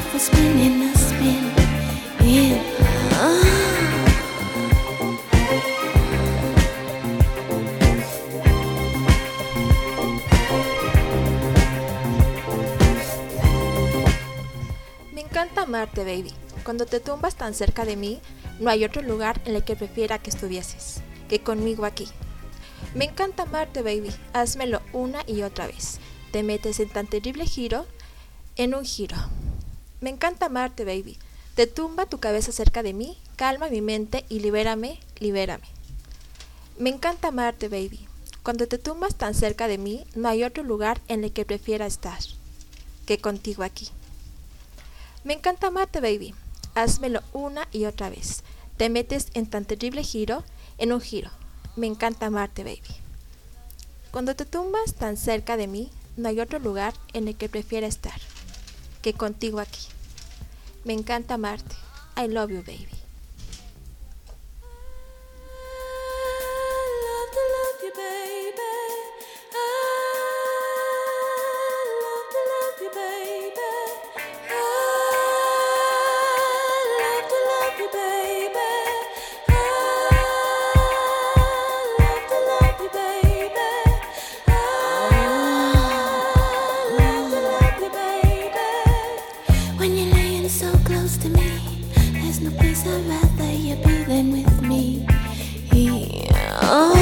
off a spinning, a spin in. Me encanta amarte, baby. Cuando te tumbas tan cerca de mí, no hay otro lugar en el que prefiera que estuvieses que conmigo aquí. Me encanta amarte, baby. Házmelo una y otra vez. Te metes en tan terrible giro, en un giro. Me encanta amarte, baby. Te tumba tu cabeza cerca de mí, calma mi mente y libérame, libérame. Me encanta amarte, baby. Cuando te tumbas tan cerca de mí, no hay otro lugar en el que prefiera estar que contigo aquí. Me encanta amarte, baby. Házmelo una y otra vez. Te metes en tan terrible giro, en un giro. Me encanta amarte, baby. Cuando te tumbas tan cerca de mí, no hay otro lugar en el que prefiera estar que contigo aquí. Me encanta amarte. I love you, baby. When you're laying so close to me, there's no place I'd rather you be than with me. Oh,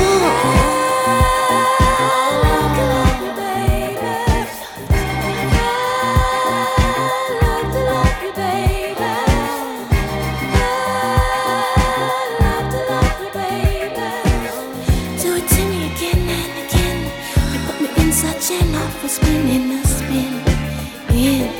love to love you, baby. Love to love you, baby. Love to love you, baby. Do it to me again and again. You put me in such an awful spin, in a spin, in.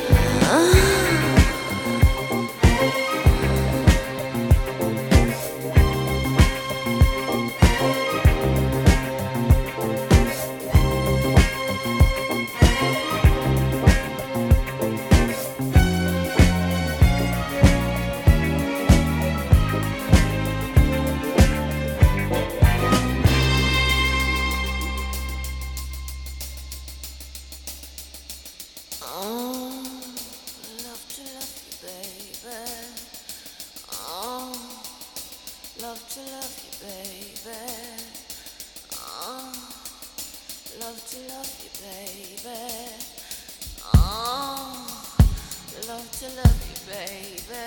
Oh, love to love you, baby. Oh, love to love you, baby. Oh, love to love you, baby. Oh, love to love you, baby.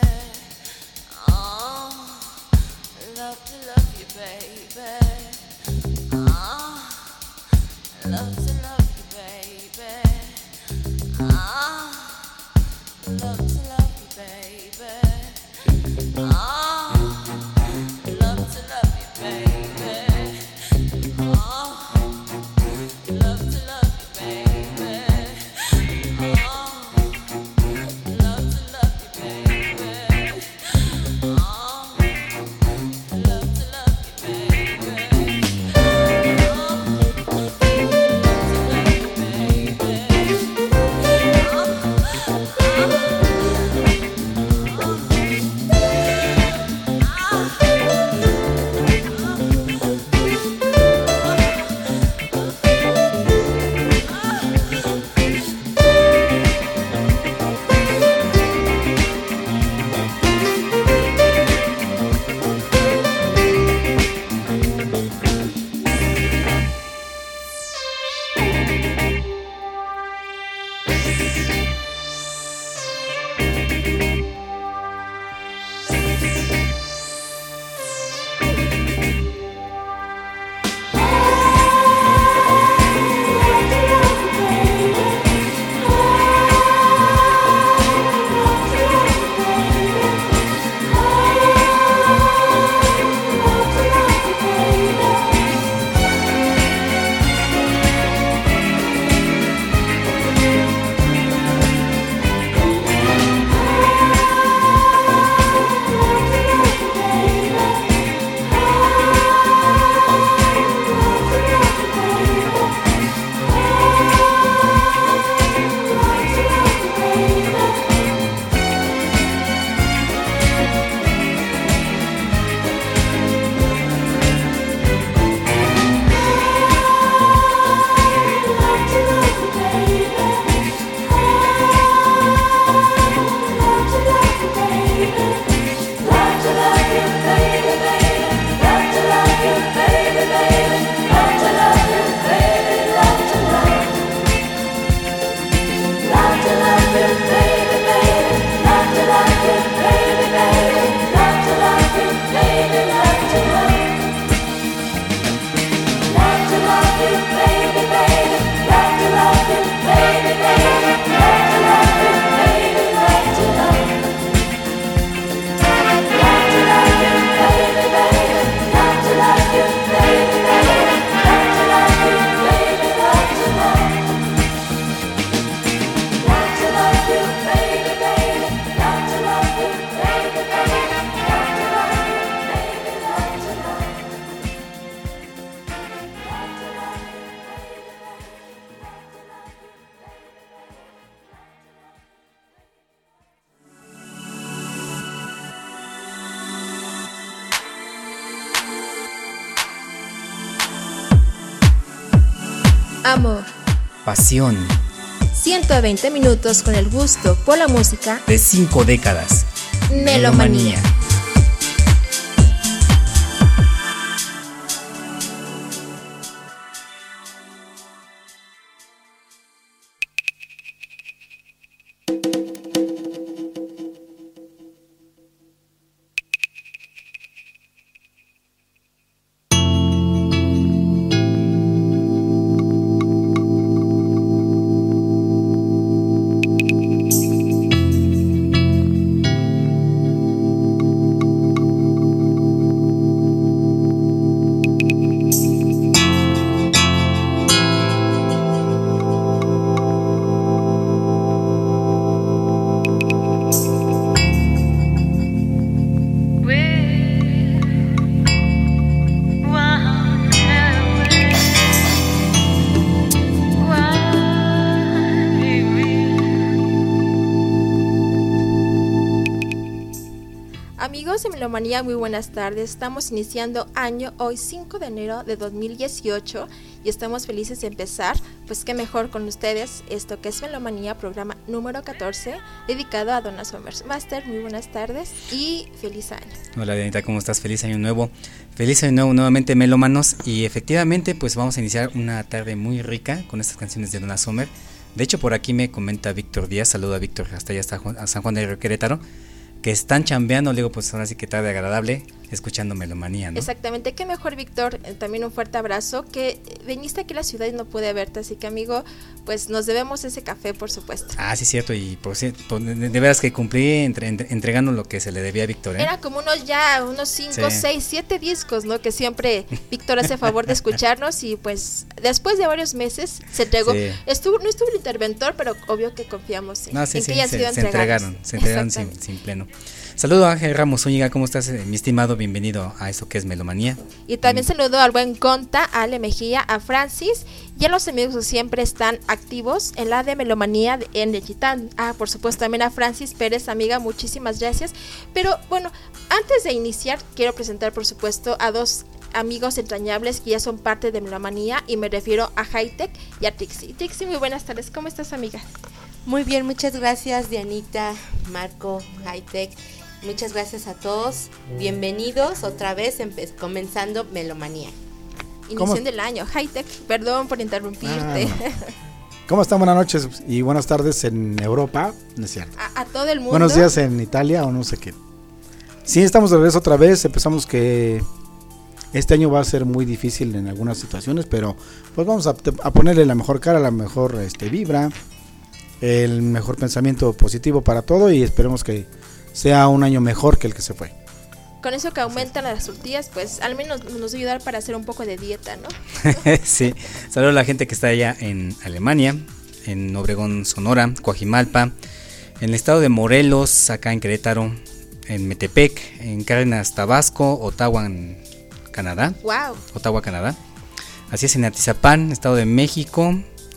Oh, love to love you, baby. Oh, love to love you, baby. Ah, love to love you, baby. Ah, love to love you, baby. Ah, love to love you, baby. Ah, love to love you, baby. Ah, love to love you, baby. Oh, amor, pasión, 120 minutos con el gusto por la música de 5 décadas. Melomanía. Amigos de Melomanía, muy buenas tardes. Estamos iniciando año hoy 5 de enero de 2018 y estamos felices de empezar, pues qué mejor con ustedes, esto que es Melomanía, programa número 14, dedicado a Donna Summer. Master, muy buenas tardes y feliz año. Hola Dianita, ¿cómo estás? Feliz año nuevo. Feliz año nuevo nuevamente, melómanos. Y efectivamente, pues vamos a iniciar una tarde muy rica con estas canciones de Donna Summer. De hecho, por aquí me comenta Víctor Díaz, saludo a Víctor hasta allá, a San Juan de Querétaro, que están chambeando. Le digo, pues ahora sí que tarde agradable escuchando Melomanía, ¿no? Exactamente, qué mejor, Víctor, también un fuerte abrazo, que viniste aquí a la ciudad y no pude verte, así que amigo, pues nos debemos ese café, por supuesto. Ah, sí, cierto, y por cierto, de veras que cumplí entregando lo que se le debía a Víctor, ¿eh? Era como unos 5, 6, 7 discos, ¿no? Que siempre Víctor hace favor de escucharnos y pues después de varios meses se entregó. Sí. No estuvo el interventor, pero obvio que confiamos en que ya se entregaron sin pleno. Saludo a Ángel Ramos Zúñiga, ¿cómo estás, mi estimado? Bienvenido a eso que es Melomanía. Y también saludo al buen Conta, a Ale Mejía, a Francis y a los amigos que siempre están activos en la de Melomanía de Energy. Por supuesto también a Francis Pérez, amiga, muchísimas gracias. Pero bueno, antes de iniciar quiero presentar por supuesto a dos amigos entrañables que ya son parte de Melomanía y me refiero a Hightech y a Trixie. Trixie, muy buenas tardes, ¿cómo estás, amiga? Muy bien, muchas gracias Dianita, Marco, Hightech. Muchas gracias a todos, bienvenidos otra vez comenzando Melomanía. Inicio del año, Hightech, perdón por interrumpirte. ¿Cómo están? Buenas noches y buenas tardes en Europa, no es cierto. A todo el mundo. Buenos días en Italia o no sé qué. Sí, estamos de regreso otra vez, empezamos que este año va a ser muy difícil en algunas situaciones, pero pues vamos a ponerle la mejor cara, la mejor vibra, el mejor pensamiento positivo para todo y esperemos que sea un año mejor que el que se fue. Con eso que aumentan las tortillas, pues al menos nos va a ayudar para hacer un poco de dieta, ¿no? Sí, saludo a la gente que está allá en Alemania, en Obregón, Sonora, Coajimalpa, en el estado de Morelos, acá en Querétaro, en Metepec, en Cárdenas, Tabasco, Ottawa, Canadá. Wow. Ottawa, Canadá. Así es, en Atizapán, estado de México.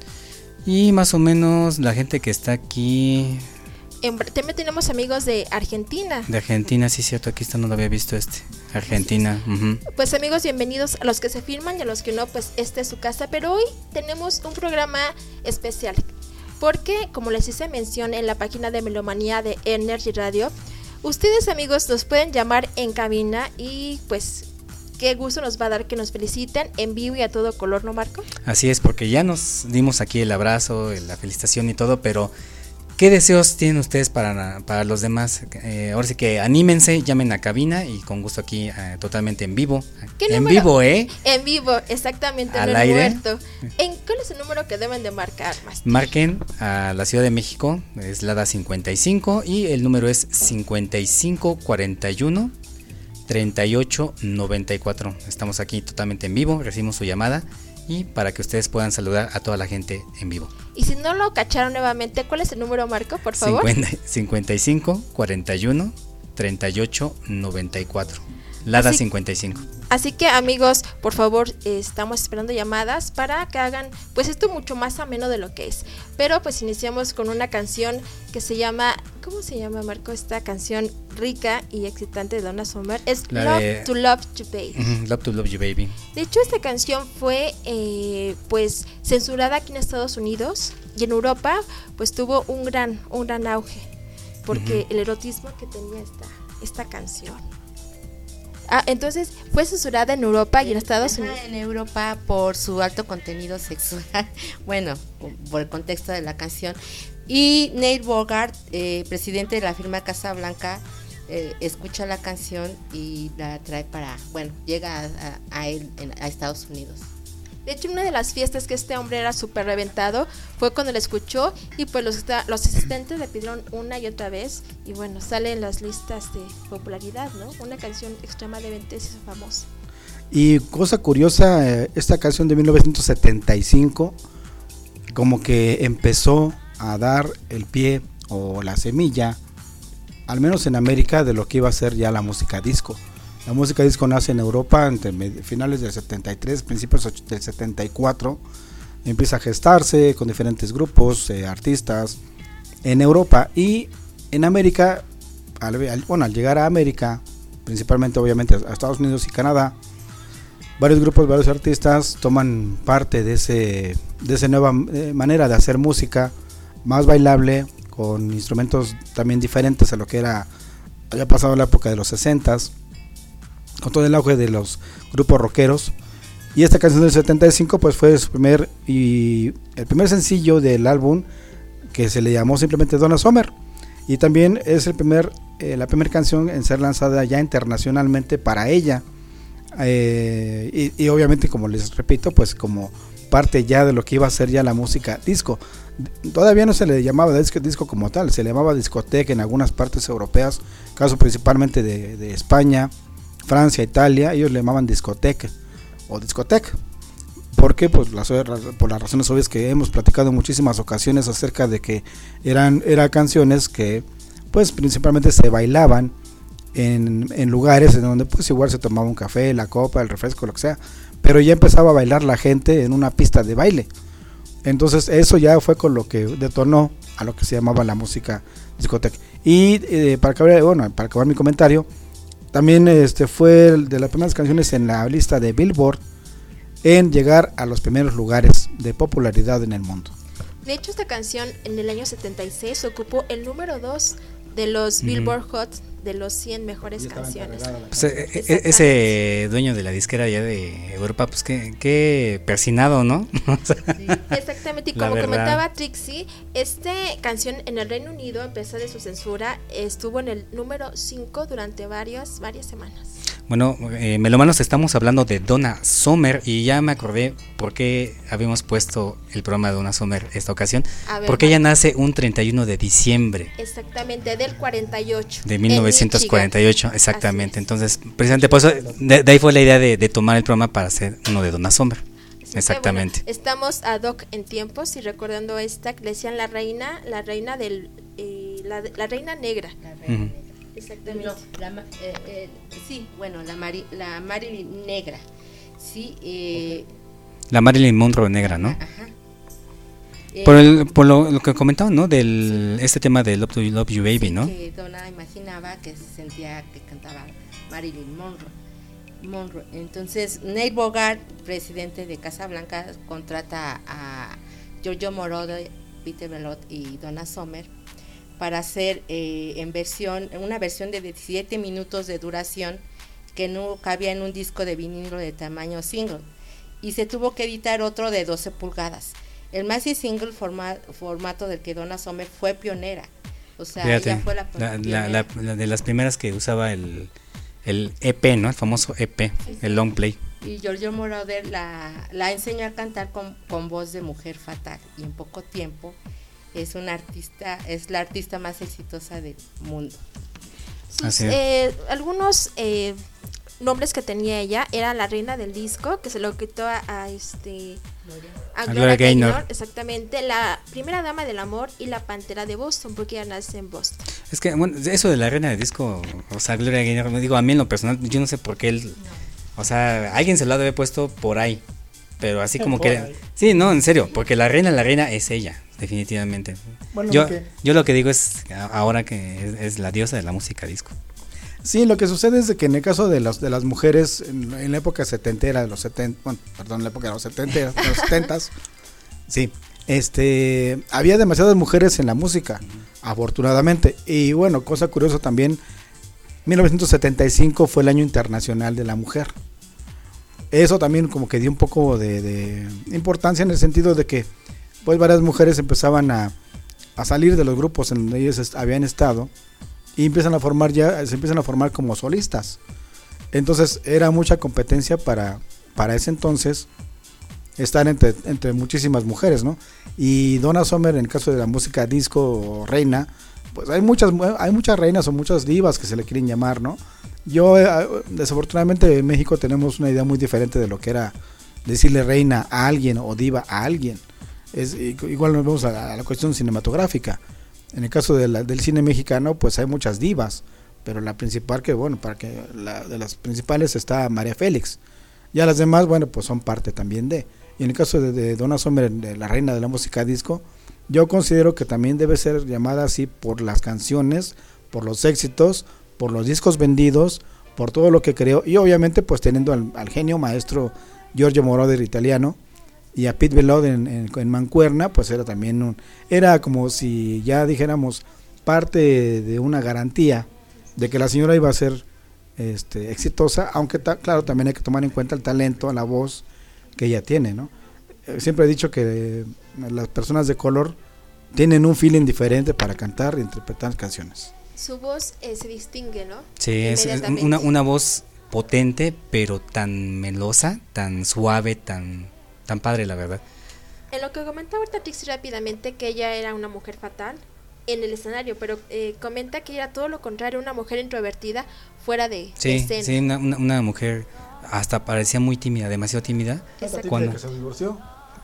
Y más o menos la gente que está aquí. También tenemos amigos de Argentina. De Argentina, sí, cierto, aquí está, no lo había visto Argentina. Pues amigos, bienvenidos a los que se firman y a los que no, pues esta es su casa. Pero hoy tenemos un programa especial, porque como les hice mención en la página de Melomanía de Energy Radio, ustedes amigos nos pueden llamar en cabina y pues qué gusto nos va a dar que nos feliciten en vivo y a todo color, ¿no, Marco? Así es, porque ya nos dimos aquí el abrazo, la felicitación y todo, pero ¿qué deseos tienen ustedes para los demás? Ahora sí que anímense, llamen a cabina y con gusto aquí totalmente en vivo. En vivo, ¿eh? En vivo, exactamente, al no aire. Muerto. ¿Cuál es el número que deben de marcar, Master? Marquen a la Ciudad de México, es la DA 55 y el número es 5541 3894. Estamos aquí totalmente en vivo, recibimos su llamada y para que ustedes puedan saludar a toda la gente en vivo. Y si no lo cacharon nuevamente, ¿cuál es el número, Marco, por favor? 55 41 38 94. Lada 55. Así que amigos, por favor, estamos esperando llamadas para que hagan pues esto mucho más ameno de lo que es. Pero pues iniciamos con una canción que se llama, ¿cómo se llama, Marco? Esta canción rica y excitante de Donna Summer es Love to Love You Baby. Love to Love You Baby. De hecho, esta canción fue pues censurada aquí en Estados Unidos, y en Europa pues tuvo un gran auge porque el erotismo que tenía esta canción. Entonces fue censurada en Europa y en Estados Unidos. En Europa por su alto contenido sexual, bueno, por el contexto de la canción. Y Neil Bogart, presidente de la firma Casa Blanca, escucha la canción y la trae llega a él a Estados Unidos. De hecho, una de las fiestas que este hombre era súper reventado fue cuando la escuchó, y pues los asistentes le pidieron una y otra vez, y bueno, sale en las listas de popularidad, ¿no? Una canción extremadamente famosa. Y cosa curiosa, esta canción de 1975 como que empezó a dar el pie o la semilla, al menos en América, de lo que iba a ser ya la música disco. La música disco nace en Europa entre finales del 73, principios del 74, empieza a gestarse con diferentes grupos, artistas en Europa, y en América, al llegar a América, principalmente obviamente a Estados Unidos y Canadá, varios grupos, varios artistas toman parte de esa nueva manera de hacer música más bailable, con instrumentos también diferentes a lo que había pasado la época de los 60s, con todo el auge de los grupos rockeros. Y esta canción del 75 pues fue el primer sencillo del álbum, que se le llamó simplemente Donna Summer, y también es la primera canción en ser lanzada ya internacionalmente para ella, y obviamente, como les repito, pues como parte ya de lo que iba a ser ya la música disco. Todavía no se le llamaba disco como tal, se le llamaba discoteca en algunas partes europeas, caso principalmente de España, Francia, Italia. Ellos le llamaban discoteca o discoteca. ¿Por qué? Pues por las razones obvias que hemos platicado en muchísimas ocasiones acerca de que eran canciones que pues principalmente se bailaban en lugares en donde pues igual se tomaba un café, la copa, el refresco, lo que sea, pero ya empezaba a bailar la gente en una pista de baile. Entonces eso ya fue con lo que detonó a lo que se llamaba la música discoteca. Y para acabar mi comentario, también fue de las primeras canciones en la lista de Billboard en llegar a los primeros lugares de popularidad en el mundo. De hecho, esta canción en el año 76 ocupó el número 2 de los Billboard Hot, de los 100 mejores canciones. Pues, ese dueño de la disquera allá de Europa, pues qué persinado, ¿no? Sí. Exactamente, y como comentaba Trixie, esta canción en el Reino Unido, a pesar de su censura, estuvo en el número 5 durante varias semanas. Bueno, melómanos, estamos hablando de Donna Summer, y ya me acordé por qué habíamos puesto el programa de Donna Summer esta ocasión. Porque ella nace un 31 de diciembre. Exactamente, del 48. De 1948, exactamente. Entonces, precisamente por eso, de ahí fue la idea de tomar el programa para hacer uno de Donna Summer. Exactamente. Bueno, estamos ad hoc en tiempos, y recordando esta que le decían la reina del la reina negra. Exactamente. No, la Marilyn negra. Sí, la Marilyn Monroe negra, ¿no? Ajá. Por lo que comentaban, ¿no? Este tema de Love to Love You Baby, ¿no? Que Donna imaginaba que se sentía que cantaba Marilyn Monroe. Entonces, Neil Bogart, presidente de Casa Blanca, contrata a Giorgio Moroder, Peter Belot y Donna Summer para hacer una versión de 17 minutos de duración que no cabía en un disco de vinilo de tamaño single, y se tuvo que editar otro de 12 pulgadas. El maxi single formato del que Donna Summer fue pionera. O sea, fíjate, ella fue la de las primeras que usaba el EP, ¿no? El famoso EP, el long play. Y Giorgio Moroder la enseñó a cantar con voz de mujer fatal, y en poco tiempo es la artista más exitosa del mundo. Algunos nombres que tenía ella: era la reina del disco, que se lo quitó a Gloria Gaynor, exactamente, la primera dama del amor y la pantera de Boston, porque ella nace en Boston. Es que, bueno, eso de la reina del disco, o sea, Gloria Gaynor, me digo, a mí en lo personal, yo no sé por qué O sea, alguien se lo debe puesto por ahí. Pero así como Por que... ahí. Sí, no, en serio, porque la reina es ella, definitivamente. Bueno, Yo lo que digo es, ahora que es la diosa de la música disco. Sí, lo que sucede es de que en el caso de las mujeres, en la época setentera, de los 70, bueno, perdón, la época de los 70, de los 70s, sí, había demasiadas mujeres en la música, afortunadamente. Y bueno, cosa curiosa también, 1975 fue el año internacional de la mujer. Eso también como que dio un poco de importancia en el sentido de que pues varias mujeres empezaban a salir de los grupos en donde ellos habían estado y se empiezan a formar como solistas. Entonces era mucha competencia para ese entonces estar entre muchísimas mujeres, ¿no? Y Donna Summer, en el caso de la música disco o reina, pues hay muchas reinas o muchas divas que se le quieren llamar, ¿no? Yo, desafortunadamente en México tenemos una idea muy diferente de lo que era decirle reina a alguien o diva a alguien. Igual nos vemos a la cuestión cinematográfica. En el caso del cine mexicano, pues hay muchas divas, pero la principal de las principales está María Félix. Ya las demás, bueno, pues son parte también de. Y en el caso de Donna Summer, de la reina de la música disco, yo considero que también debe ser llamada así por las canciones, por los éxitos, por los discos vendidos, por todo lo que creó, y obviamente pues teniendo al genio maestro Giorgio Moroder italiano y a Pete Bellotti en mancuerna, pues era también era como si ya dijéramos parte de una garantía de que la señora iba a ser exitosa, aunque claro, también hay que tomar en cuenta el talento, la voz que ella tiene, ¿no? Siempre he dicho que las personas de color tienen un feeling diferente para cantar e interpretar canciones. Su voz se distingue, ¿no? Sí, es una voz potente, pero tan melosa, tan suave, tan padre, la verdad. En lo que comentaba ahorita Trixie rápidamente, que ella era una mujer fatal en el escenario, pero comenta que era todo lo contrario, una mujer introvertida fuera de escena. Sí, una mujer hasta parecía muy tímida, demasiado tímida. Cuando que se divorció.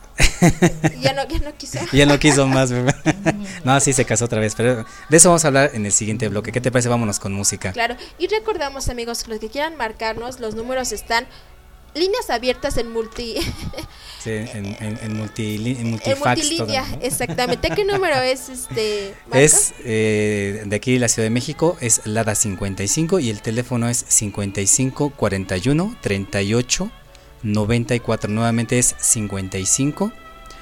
Ya no quiso. Ya no quiso más, ¿verdad? No, sí se casó otra vez, pero de eso vamos a hablar en el siguiente bloque. ¿Qué te parece? Vámonos con música. Claro, y recordamos, amigos, que los que quieran marcarnos, los números están líneas abiertas en Sí, en multilínea, ¿no? Exactamente. ¿Qué número es Marco? Es de aquí de la Ciudad de México, es LADA 55 y el teléfono es 55 41 38 94. Nuevamente es 55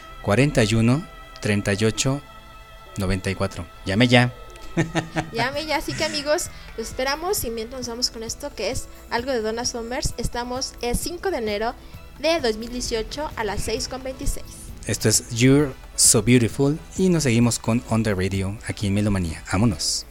41 38 94. Llame ya. Llame ya, así que amigos, lo esperamos y mientras nos vamos con esto que es algo de Donna Summer. Estamos el 5 de enero de 2018 a las 6:26. Esto es You're So Beautiful y nos seguimos con On The Radio aquí en Melomanía. Vámonos.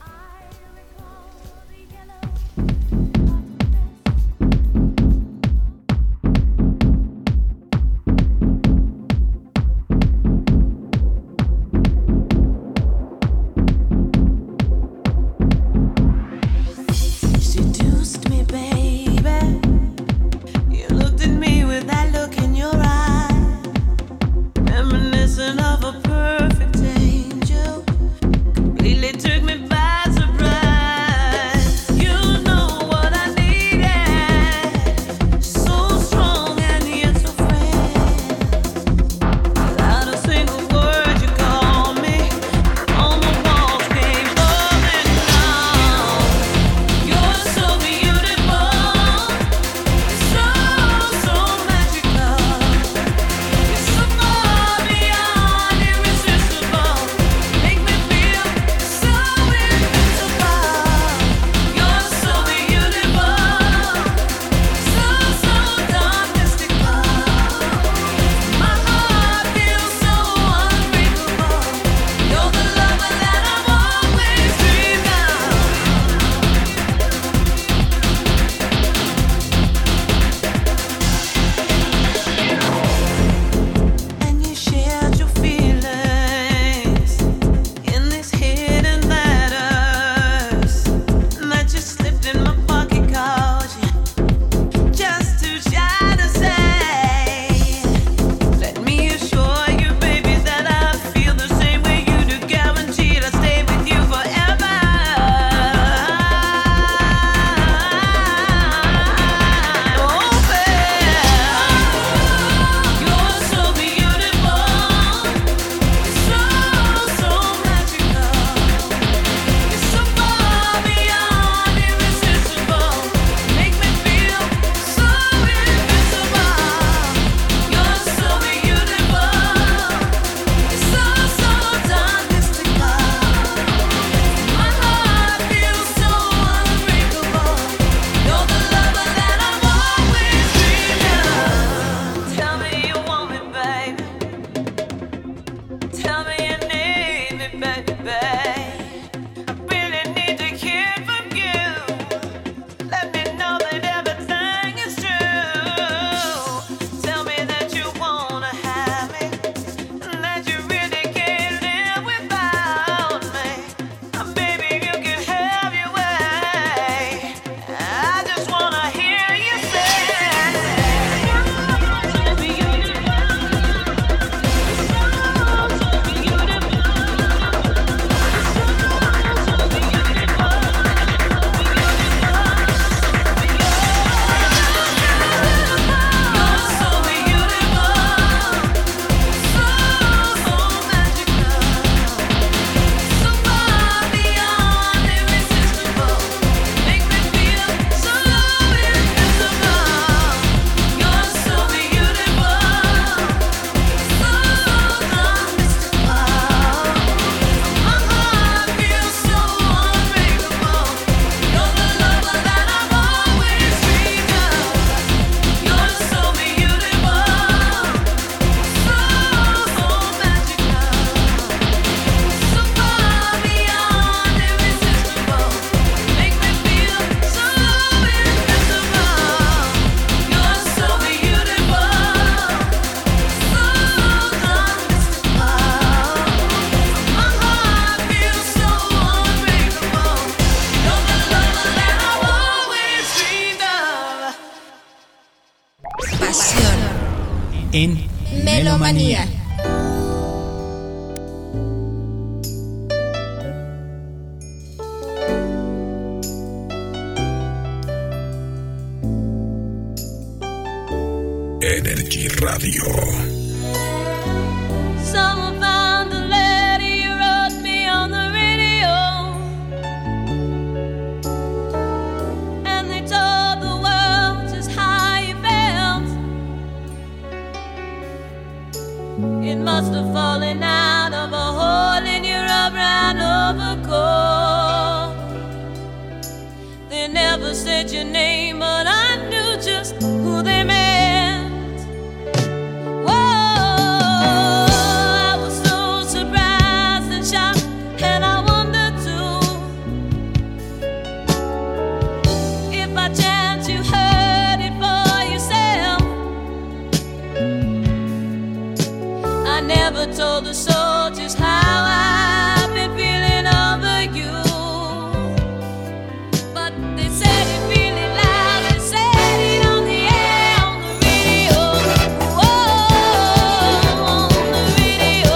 Took me by surprise. You know en Melomanía. Energy Radio. Someone found the letter you wrote me on the radio, and they told the world just how you felt. It must have fallen out of a hole in your brown overcoat. They never said your name, but I knew just who they meant. Told the soldiers how I've been feeling over you, but they said it really loud. They said it on the air, on the radio. Whoa, on the radio.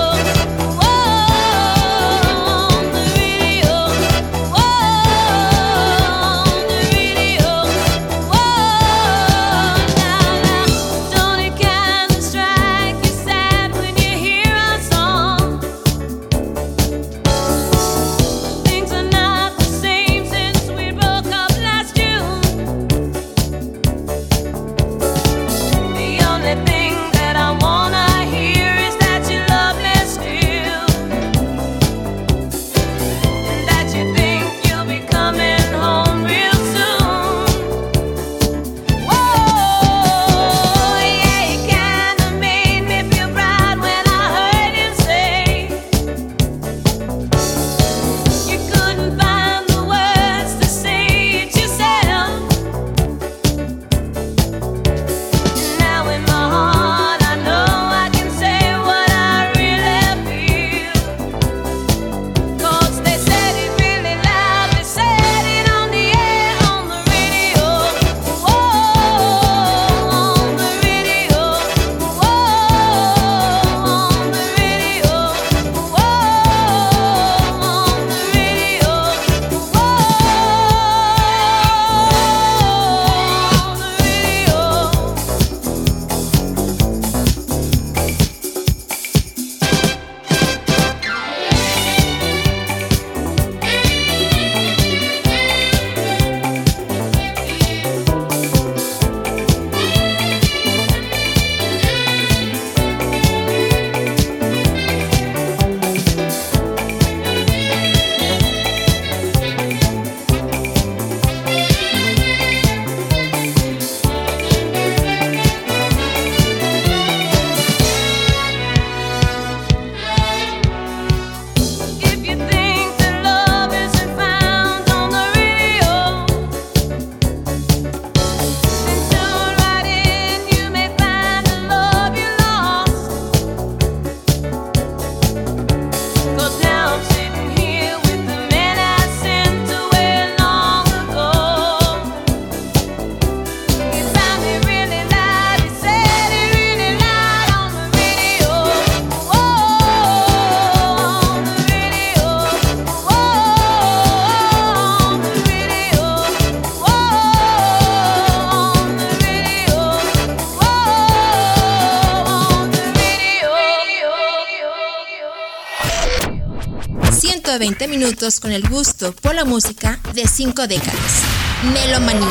Whoa, on the radio. Whoa, on the radio. Whoa, now, don't it kinda strike you sad when you hear things are not the same since we broke up last June. The only thing that I wanna hear is that you love me still, and that you think you'll be coming home real soon. Whoa, yeah, you kinda made me feel proud when I heard you say you couldn't find the words to say it yourself. Now in my heart I know I can say what I really feel, 'cause they said it really loud. They said it on the air, on the radio. Whoa, on the radio. Whoa, on the radio. Whoa, on the radio. If you think that love isn't found on the radio, then tune right in. You may find the love you lost. 'Cause now I'm sitting here with the man I sent away long ago. He sounded really loud. He said it really loud on the radio. Whoa, on the radio. Whoa, on the radio. Whoa, on the radio. Whoa, on the radio. 120 minutos con el gusto por la música de 5 décadas. Melomanía.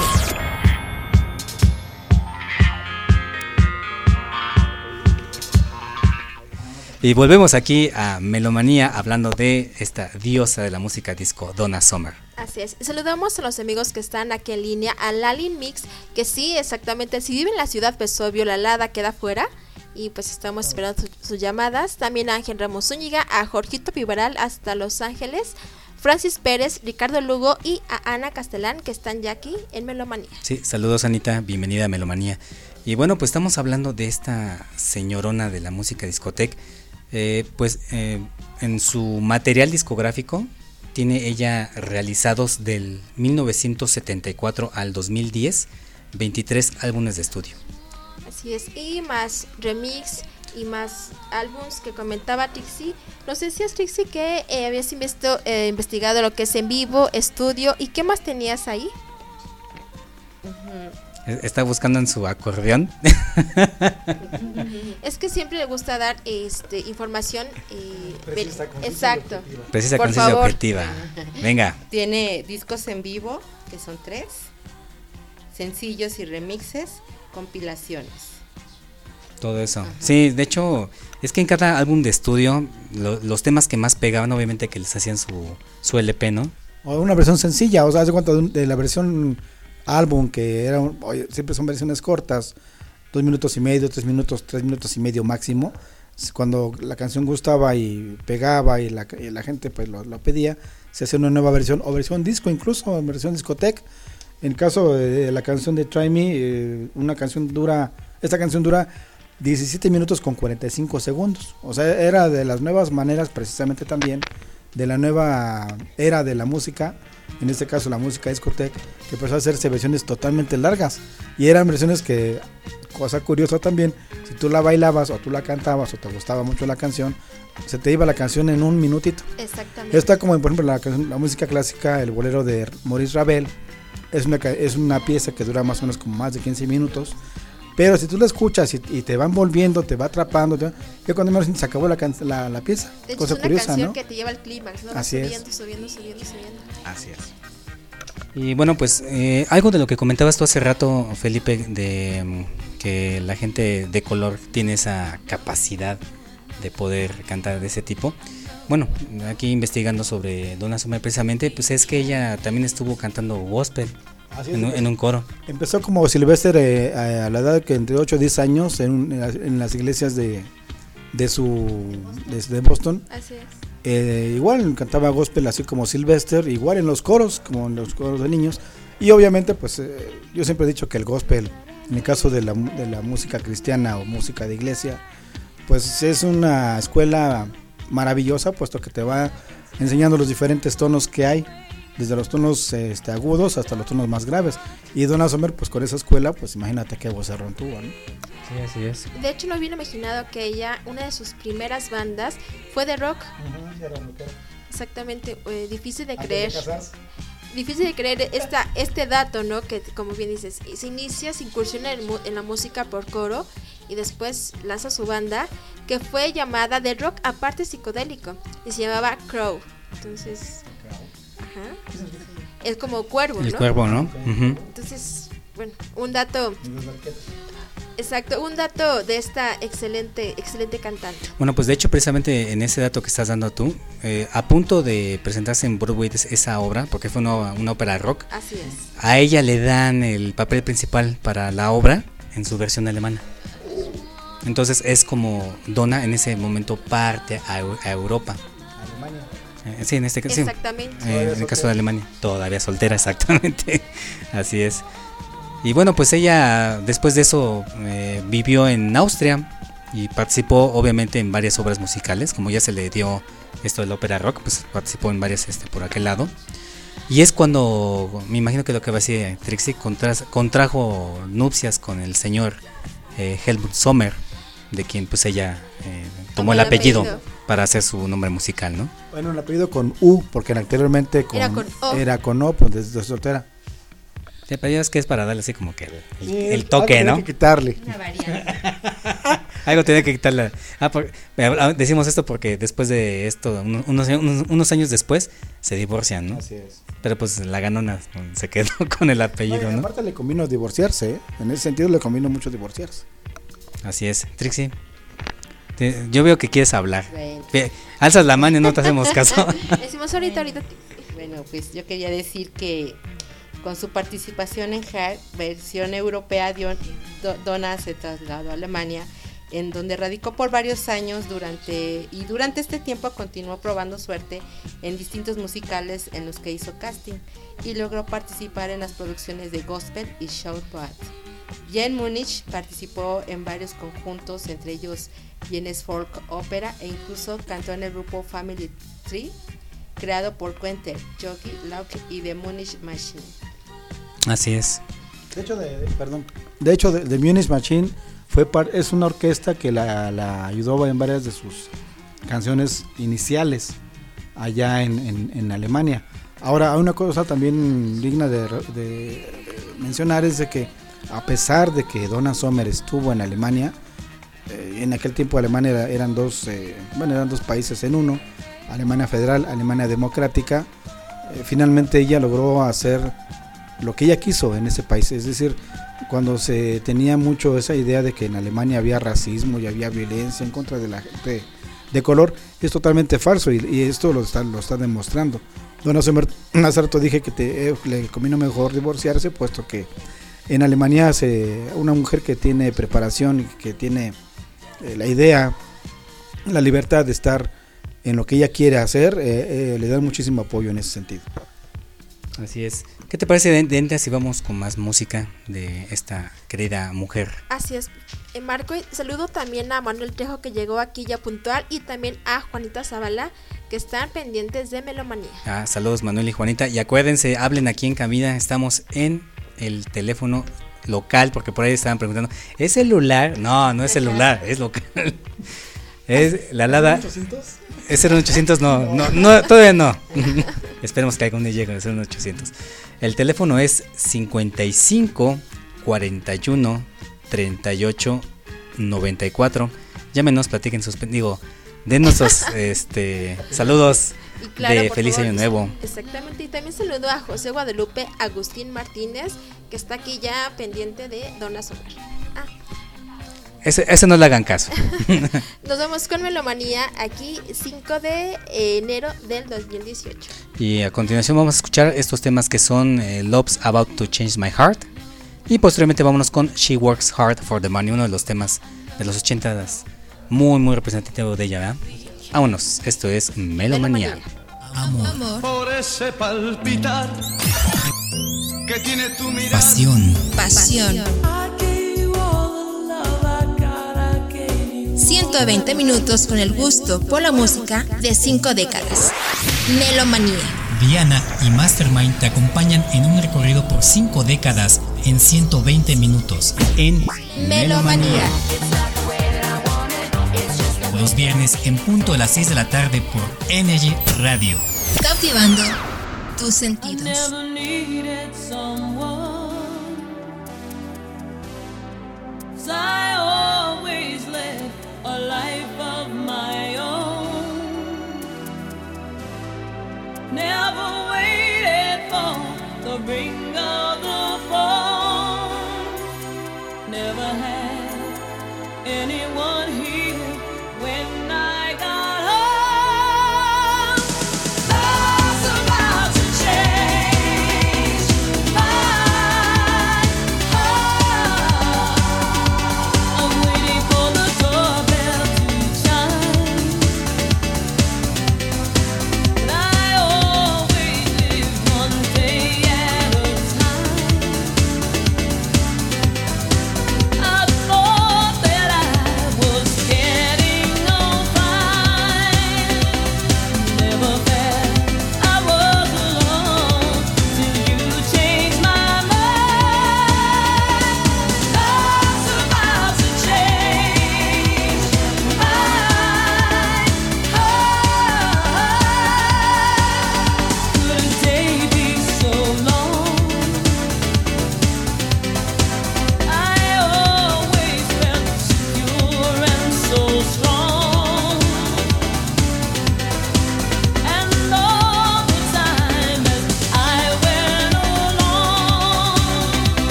Y volvemos aquí a Melomanía hablando de esta diosa de la música disco, Donna Summer. Así es. Saludamos a los amigos que están aquí en línea, a Lalin Mix, que sí, exactamente, si vive en la ciudad, pues obvio, la Lada queda fuera. Y pues estamos esperando sus llamadas. También a Ángel Ramos Zúñiga, a Jorgito Pivaral hasta Los Ángeles, Francis Pérez, Ricardo Lugo y a Ana Castelán, que están ya aquí en Melomanía. Sí, saludos Anita, bienvenida a Melomanía. Y bueno, pues estamos hablando de esta señorona de la música discoteca. En su material discográfico tiene ella realizados del 1974 al 2010 23 álbumes de estudio. Así es, y más remix y más álbums que comentaba Trixie. No sé si es Trixie que habías investigado lo que es en vivo, estudio, y qué más tenías ahí. Está buscando en su acordeón. Es que siempre le gusta dar información Precisa, concisa y exacto. objetiva. Precisa, Por concisa y favor. objetiva. Venga. Tiene discos en vivo, que son 3, sencillos y remixes, compilaciones. Todo eso. Sí, de hecho, es que en cada álbum de estudio, los temas que más pegaban, obviamente que les hacían su LP, ¿no? O una versión sencilla, o sea, hace cuenta de la versión álbum que era, siempre son versiones cortas, 2 minutos y medio, 3 minutos, 3 minutos y medio máximo. Cuando la canción gustaba y pegaba y la gente pues lo pedía, se hacía una nueva versión o versión disco, incluso versión discoteca. En el caso de la canción de Try Me, esta canción dura 17 minutos con 45 segundos. O sea, era de las nuevas maneras precisamente también de la nueva era de la música, en este caso la música discoteca, que empezó a hacerse versiones totalmente largas. Y eran versiones que, cosa curiosa también, si tú la bailabas o tú la cantabas o te gustaba mucho la canción, se te iba la canción en un minutito. Exactamente. Está como, por ejemplo, la música clásica, el bolero de Maurice Ravel, es una pieza que dura más o menos como más de 15 minutos. Pero si tú la escuchas y te va envolviendo, te va atrapando, que cuando menos se acabó la pieza. De hecho, Cosa es una curiosa, canción ¿no? que te lleva al clímax, ¿no? Así es. Subiendo. Así es. Y bueno, pues algo de lo que comentabas tú hace rato, Felipe, de que la gente de color tiene esa capacidad de poder cantar de ese tipo. Bueno, aquí investigando sobre Donna Summer precisamente, pues es que ella también estuvo cantando gospel en un coro. Empezó como Sylvester a la edad que entre 8 y 10 años en las iglesias de Boston. Así es. Igual cantaba gospel así como Sylvester, igual en los coros, como en los coros de niños. Y obviamente pues yo siempre he dicho que el gospel, en el caso de la música cristiana o música de iglesia, pues es una escuela maravillosa, puesto que te va enseñando los diferentes tonos que hay, desde los tonos agudos hasta los tonos más graves. Y Donna Summer, pues con esa escuela, pues imagínate qué vocerrón tuvo, ¿no? Sí, así es. De hecho, no hubiera imaginado que ella, una de sus primeras bandas, fue de rock. Exactamente, difícil de creer. Difícil de creer este dato, ¿no? Que, como bien dices, se inicia, se incursiona en la música por coro y después lanza su banda, que fue llamada de rock aparte psicodélico, y se llamaba Crow. Entonces, ajá, es como cuervo, ¿no? El cuervo, ¿no? Uh-huh. Entonces, bueno, un dato. Exacto, un dato de esta excelente cantante. Bueno, pues de hecho precisamente en ese dato que estás dando tú, a punto de presentarse en Broadway esa obra, porque fue una ópera rock, Así es. a ella le dan el papel principal para la obra en su versión alemana. Entonces es como Donna en ese momento parte a Europa. Alemania. Sí, en este caso. Exactamente. En el caso de Alemania, todavía soltera, exactamente. Así es. Y bueno, pues ella después de eso vivió en Austria y participó obviamente en varias obras musicales. Como ya se le dio esto de la ópera rock, pues participó en varias por aquel lado. Y es cuando, me imagino que lo que va a decir Trixie, contrajo nupcias con el señor Helmut Sommer, de quien pues ella tomó el apellido para hacer su nombre musical, ¿no? Bueno, el apellido con U, porque anteriormente era con O, pues desde soltera. Sí, pero es que es para darle así como que el Sí, toque, algo ¿no? Hay que quitarle. Una variante. Algo tenía que quitarle. Decimos esto porque después de esto, unos años después, se divorcian, ¿no? Así es. Pero pues la ganona se quedó con el apellido, Bueno, ¿no? aparte le convino divorciarse, ¿eh? En ese sentido le convino mucho divorciarse. Así es. Trixie, yo veo que quieres hablar. Bueno. Alzas la mano y no te hacemos caso. Decimos ahorita. Bueno, pues yo quería decir que con su participación en Hair, versión europea, Donna se trasladó a Alemania, en donde radicó por varios años durante este tiempo continuó probando suerte en distintos musicales en los que hizo casting y logró participar en las producciones de gospel y show poet. Ya en Múnich participó en varios conjuntos, entre ellos Vienes Folk Opera, e incluso cantó en el grupo Family Tree, creado por Quentin, Jogi Lauke y The Munich Machine. Así es. De hecho, The Munich Machine es una orquesta que la ayudó en varias de sus canciones iniciales allá en Alemania. Ahora, hay una cosa también digna de mencionar, es de que a pesar de que Donna Summer estuvo en Alemania, en aquel tiempo Alemania eran dos países en uno, Alemania Federal, Alemania Democrática, finalmente ella logró hacer lo que ella quiso en ese país. Es decir, cuando se tenía mucho esa idea de que en Alemania había racismo y había violencia en contra de la gente de color, es totalmente falso, y esto lo está demostrando. Donna Summer, hace rato dije que le convino mejor divorciarse, puesto que en Alemania una mujer que tiene preparación y que tiene la idea, la libertad de estar en lo que ella quiere hacer, le dan muchísimo apoyo en ese sentido. Así es. ¿Qué te parece, Dente, si vamos con más música de esta querida mujer? Así es, Marco, y saludo también a Manuel Trejo, que llegó aquí ya puntual, y también a Juanita Zavala, que están pendientes de Melomanía. Saludos, Manuel y Juanita, y acuérdense, hablen aquí en cabina, estamos en el teléfono local, porque por ahí estaban preguntando, ¿es celular? No es celular, es local. Es la alada. ¿Es 0800? No, todavía no. Esperemos que algún día llegue a 0800. El teléfono es 55 41 38 94. Llámenos, platiquen denos sus saludos, y claro, de Feliz favor, Año Nuevo. Exactamente, y también saludo a José Guadalupe Agustín Martínez, que está aquí ya pendiente de Donna Summer. Ese no le hagan caso. Nos vemos con Melomanía aquí 5 de enero del 2018. Y a continuación vamos a escuchar estos temas que son Love's About to Change My Heart. Y posteriormente vámonos con She Works Hard for the Money, uno de los temas de los 80s, muy muy representativo de ella, ¿verdad? Vámonos, esto es Melomanía. Amor. Por ese palpitar que tiene tu mirada. Pasión. 120 minutos con el gusto por la música de 5 décadas. Melomanía. Diana y Mastermind te acompañan en un recorrido por 5 décadas en 120 minutos en Melomanía. Los viernes en punto a las 6 de la tarde por Energy Radio. Cautivando tus sentidos. I always led a life of my own. Never waited for the ring of the phone. Never had anyone here when I got home. Love's about to change my heart. I'm waiting for the doorbell to chime. But I always live one day at a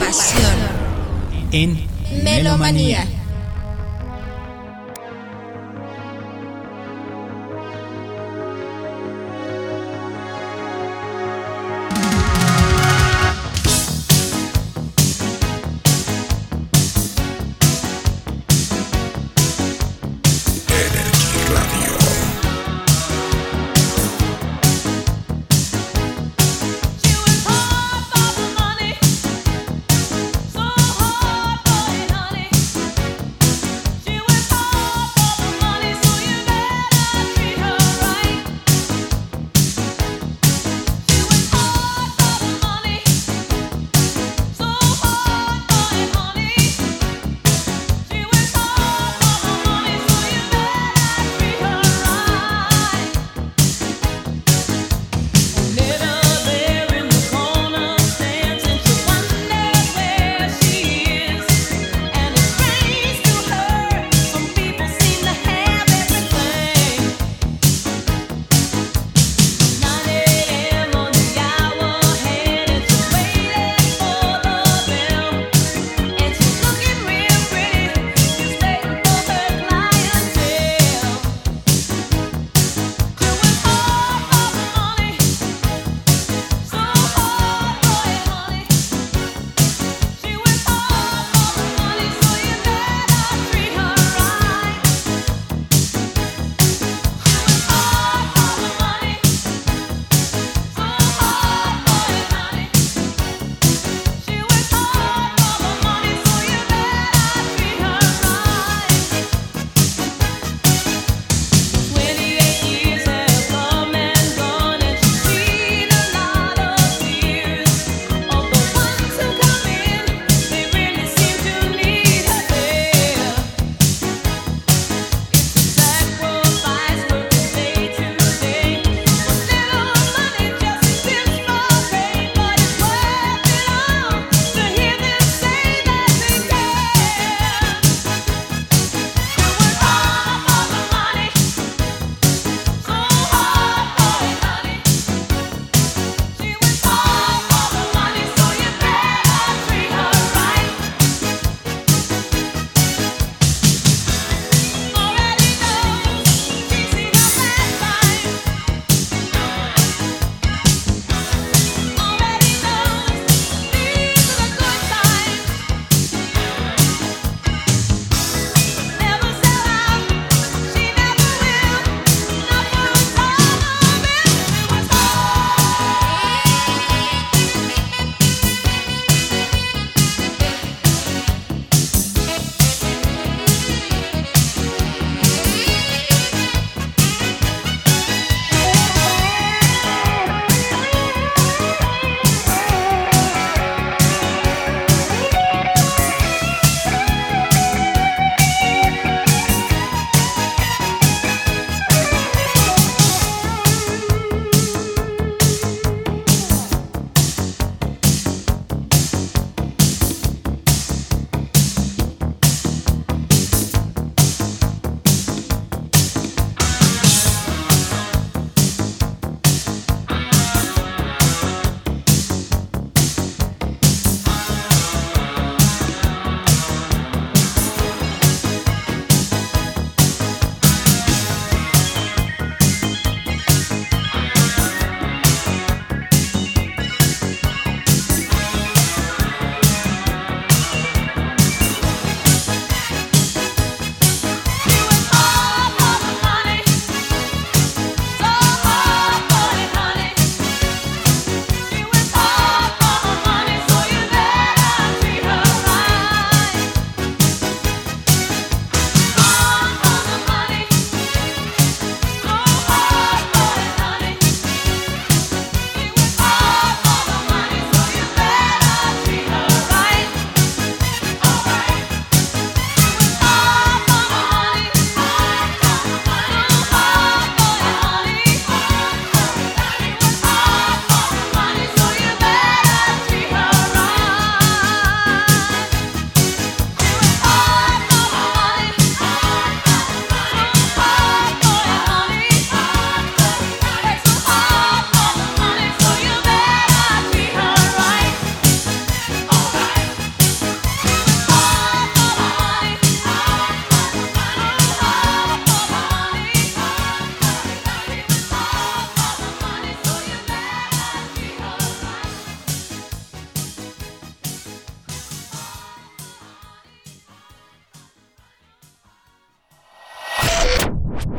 pasión. En Melomanía. So hard for it, honey.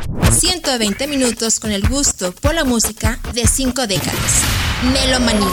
120 minutos con el gusto por la música de 5 décadas. Melomanía.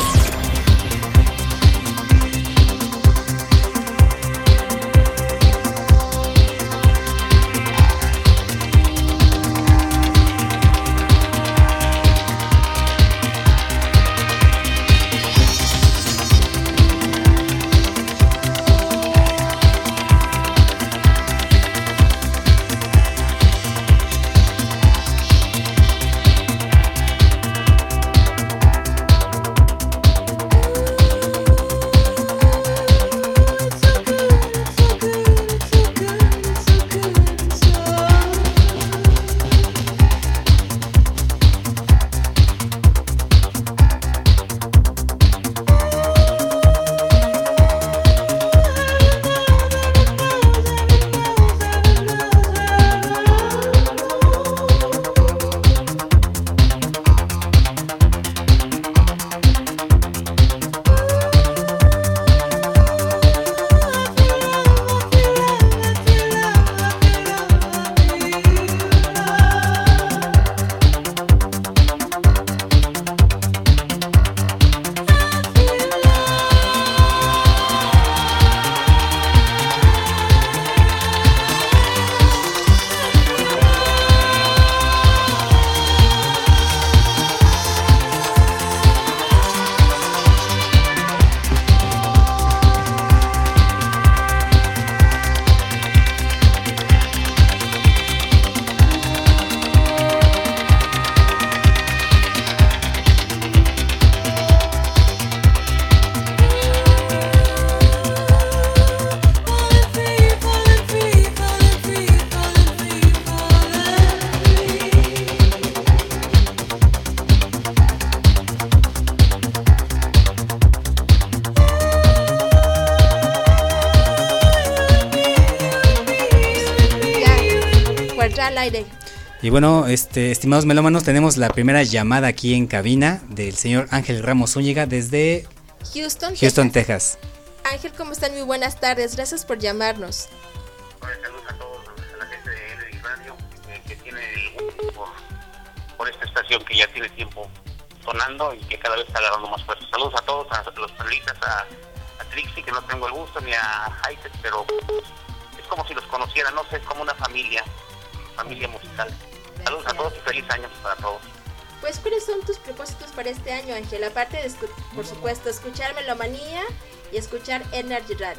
Al aire. Y bueno, estimados melómanos, tenemos la primera llamada aquí en cabina del señor Ángel Ramos Zúñiga desde Houston, Texas. Ángel, ¿cómo están? Muy buenas tardes, gracias por llamarnos. Saludos a todos, a la gente de Energy Radio, que tiene el gusto por esta estación que ya tiene tiempo sonando y que cada vez está agarrando más fuerza. Saludos a todos, a los panelistas, a Trixie, que no tengo el gusto, ni a Haitec, pero es como si los conociera, no sé, es como una familia musical. Saludos a todos y feliz año para todos. Pues, ¿cuáles son tus propósitos para este año, Ángel? Aparte de, por supuesto, escuchar Melomanía y escuchar Energy Radio.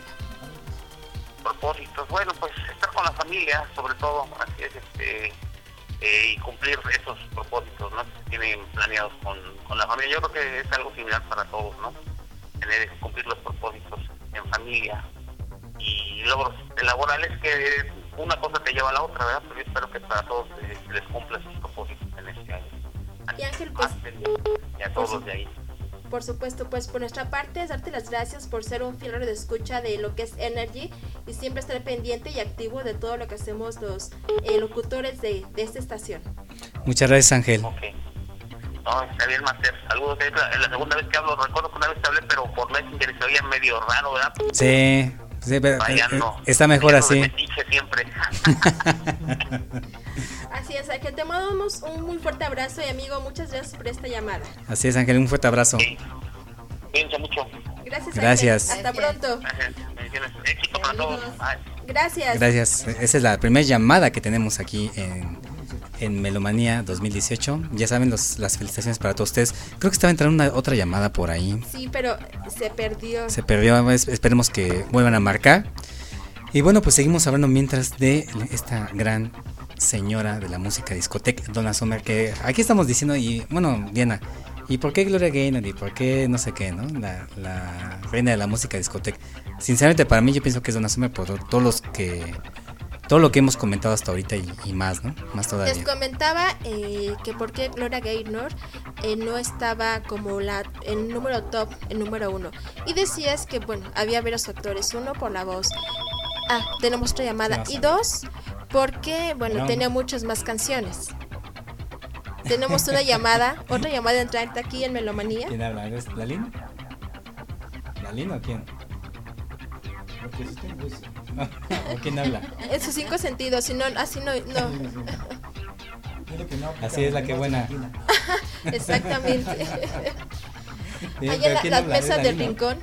Propósitos, bueno, pues estar con la familia, sobre todo, así es, y cumplir esos propósitos, ¿no? Que tienen planeados con la familia. Yo creo que es algo similar para todos, ¿no? Cumplir los propósitos en familia y logros laborales, que una cosa te lleva a la otra, ¿verdad? Pero yo espero que para todos les cumpla sus propósitos en este año. Y Ángel, pues, y a todos los de ahí. Por supuesto, pues por nuestra parte es darte las gracias por ser un fiel de escucha de lo que es Energy y siempre estar pendiente y activo de todo lo que hacemos los locutores de esta estación. Muchas gracias, Ángel. Okay. No, está bien, Master. Saludos. Es la segunda vez que hablo. Recuerdo que una vez te hablé, pero por Messenger se oía medio raro, ¿verdad? Sí, pero fallando. Está mejor así. Siempre. Así es, Ángel, te mandamos un muy fuerte abrazo y amigo, muchas gracias por esta llamada. Así es, Ángel, un fuerte abrazo. Sí. Cuídense mucho. Gracias. Hasta pronto. Éxito para todos. Gracias. Esa es la primera llamada que tenemos aquí en Melomanía 2018. Ya saben, las felicitaciones para todos ustedes. Creo que estaba entrando otra llamada por ahí. Sí, pero se perdió. Esperemos que vuelvan a marcar. Y bueno, pues seguimos hablando mientras de esta gran señora de la música discoteca, Donna Summer, que aquí estamos diciendo, y bueno, Diana, ¿y por qué Gloria Gaynor? ¿Y por qué no sé qué, no? La reina de la música discoteca. Sinceramente, para mí, yo pienso que es Donna Summer por todo lo que hemos comentado hasta ahorita y más, ¿no? Más todavía. Les comentaba que por qué Gloria Gaynor no estaba como el número top, el número 1. Y decías que, bueno, había varios factores. Uno, por la voz. Tenemos otra llamada. Y dos, porque, bueno, tenía muchas más canciones. Tenemos otra llamada entrante aquí en Melomanía. ¿Quién habla? ¿Es Lalín? ¿Lalín o quién? ¿O quién habla? En sus 5 sentidos, si no, así no. Así es la que buena. Exactamente. Bien, Allá pero en ¿quién las habla? mesas ¿Es del Dalino? rincón.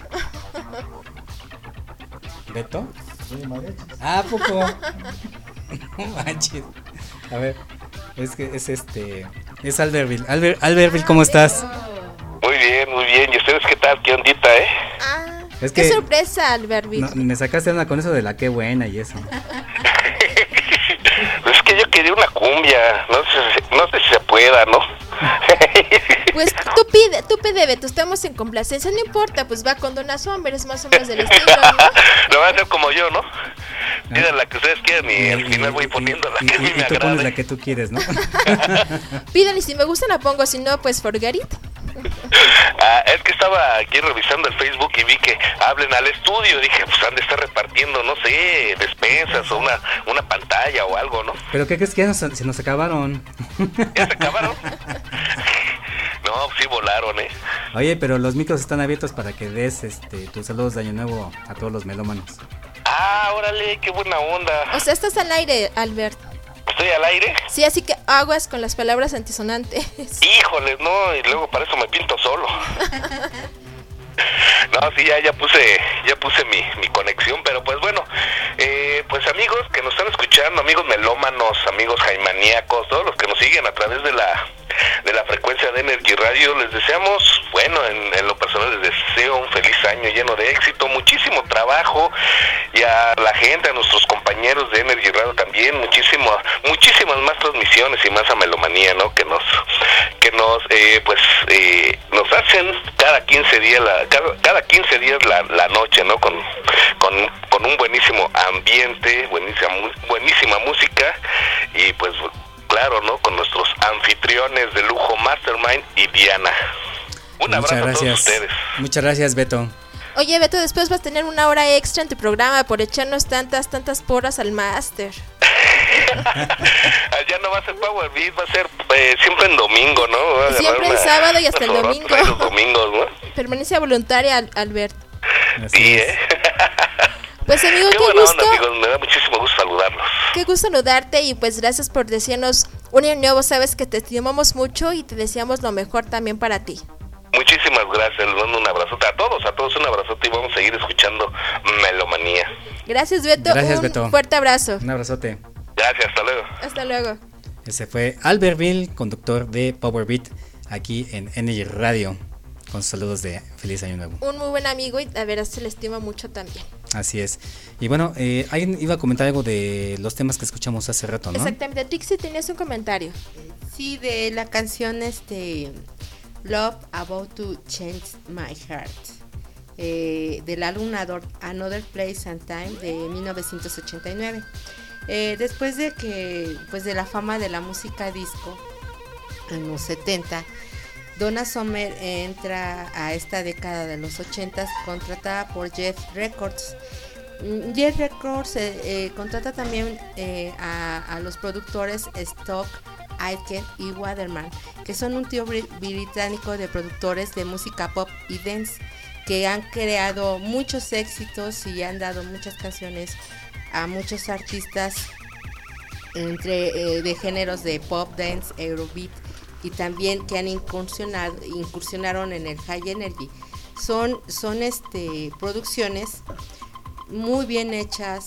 ¿Beto? Ah, ¿a poco? No manches. A ver, es que es es Albertville. Albertville, ¿cómo estás? Muy bien, muy bien. ¿Y ustedes qué tal? ¿Qué ondita, Es Qué que sorpresa, Albertville. no, me sacaste una con eso de la qué buena y eso. Pues es que yo quería una cumbia. No sé si se pueda, ¿no? Pues tú pide, Beto, estamos en complacencia, no importa, pues va con Donna Summer, es más o menos del estilo, ¿no? No va a ser como yo, ¿no? Pidan la que ustedes quieran y al final voy poniendo la que a mí me Y tú pones agrada. la que tú quieres, ¿no? Pídanle, si me gusta la pongo, si no, pues forget it. Es que estaba aquí revisando el Facebook y vi que hablen al estudio. Dije, pues han de estar repartiendo, no sé, despensas o una pantalla o algo, ¿no? Pero ¿qué crees que ya se nos acabaron? ¿Ya se acabaron? No, sí volaron, Oye, pero los micros están abiertos para que des tus saludos de Año Nuevo a todos los melómanos. Ah, órale, qué buena onda. O sea, estás al aire, Albert. ¿Estoy al aire? Sí, así que aguas con las palabras antisonantes. Híjoles, no, y luego para eso me pinto solo. No, sí, ya puse mi conexión, pero pues bueno, pues amigos que nos están escuchando, amigos melómanos, amigos jaimaníacos, todos los que nos siguen a través de la frecuencia de Energy Radio, les deseamos, bueno, en lo personal les deseo un feliz año lleno de éxito, muchísimo trabajo, y a la gente, a nuestros compañeros de Energy Radio también, muchísimas más transmisiones y más a melomanía, ¿no? Que nos hacen cada 15 días la noche, ¿no? Con un buenísimo ambiente, buenísima música y pues claro, ¿no? Con nuestros anfitriones de lujo, Mastermind y Diana. Un abrazo a todos ustedes. Muchas gracias, Beto. Oye, Beto, después vas a tener una hora extra en tu programa por echarnos tantas porras al máster. Ya no va a ser Power Beat, va a ser siempre en domingo, ¿no? Siempre en sábado y hasta el domingo. Los domingos, ¿no? Permanencia voluntaria, Albert. Sí, Pues amigo, qué qué buena gusto. onda, amigos, me da muchísimo gusto saludarlos. Qué gusto saludarte y pues gracias por decirnos un año nuevo, sabes que te estimamos mucho y te deseamos lo mejor también para ti. Muchísimas gracias, les mando un abrazote a todos un abrazote y vamos a seguir escuchando Melomanía. Gracias, Beto. Gracias, Beto. Fuerte abrazo. Un abrazote. Gracias, hasta luego. Hasta luego. Ese fue Albertville, conductor de Power Beat, aquí en Energy Radio, con saludos de Feliz Año Nuevo. Un muy buen amigo y a ver, se le estima mucho también. Así es. Y bueno, alguien iba a comentar algo de los temas que escuchamos hace rato, ¿no? Exactamente. Trixie, tenías un comentario. Sí, de la canción Love About to Change My Heart, del álbum Another Place and Time de 1989. Después de que, pues de la fama de la música disco en los 70, Donna Summer entra a esta década de los 80 contratada por Jeff Records. Jeff Records contrata también a los productores Stock, Aitken y Waterman, que son un tío británico de productores de música pop y dance que han creado muchos éxitos y han dado muchas canciones a muchos artistas de géneros de pop, dance, Eurobeat y también que han incursionaron en el high energy. Son producciones muy bien hechas,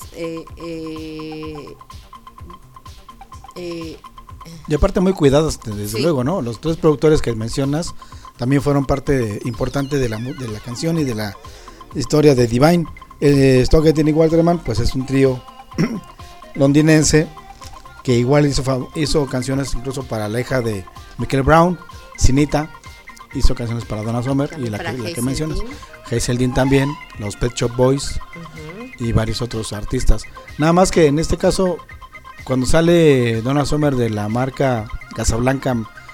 y aparte muy cuidadas, desde luego, ¿no? Los tres productores que mencionas también fueron parte importante de la canción y de la historia de Divine. Stock, Aitken y Waterman, pues es un trío londinense que igual hizo canciones incluso para la hija de Michael Brown, Sinita, hizo canciones para Donna Summer y la que mencionas, Hazel Dean también, los Pet Shop Boys y varios otros artistas. Nada más que en este caso, cuando sale Donna Summer de la marca Casablanca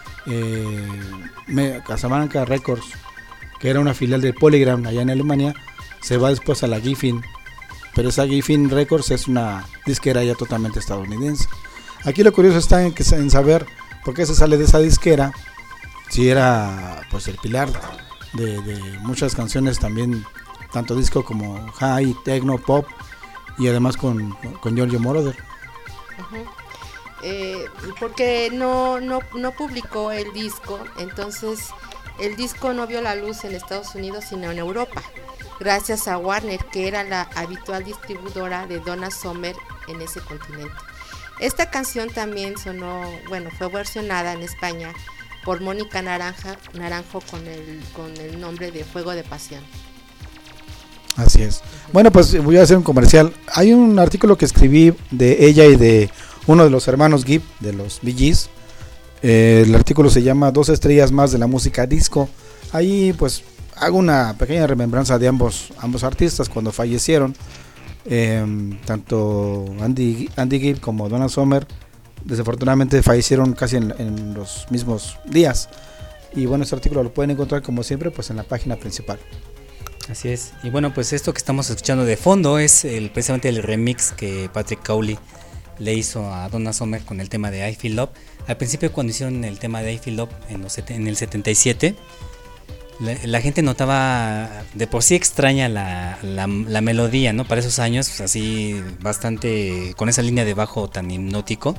Records, que era una filial de Polygram allá en Alemania, se va después a la Geffen, pero esa Geffen Records es una disquera ya totalmente estadounidense. Aquí lo curioso está en saber por qué se sale de esa disquera, si era pues el pilar de muchas canciones también, tanto disco como high, techno, pop y además con Giorgio Moroder. porque no publicó el disco, entonces el disco no vio la luz en Estados Unidos sino en Europa, gracias a Warner, que era la habitual distribuidora de Donna Summer en ese continente. Esta canción también fue versionada en España por Mónica Naranjo con el nombre de Fuego de Pasión. Así es. Bueno, pues voy a hacer un comercial. Hay un artículo que escribí de ella y de uno de los hermanos Gibb, de los Bee Gees. El artículo se llama 2 estrellas más de la música disco. Ahí pues hago una pequeña remembranza de ambos artistas cuando fallecieron. Tanto Andy Gibb como Donna Summer desafortunadamente fallecieron casi en los mismos días. Y bueno, este artículo lo pueden encontrar como siempre pues en la página principal. Así es. Y bueno, pues esto que estamos escuchando de fondo es precisamente el remix que Patrick Cowley le hizo a Donna Summer con el tema de I Feel Love. Al principio, cuando hicieron el tema de I Feel Love en el 77, la gente notaba de por sí extraña la melodía, ¿no? Para esos años, pues así bastante con esa línea de bajo tan hipnótico.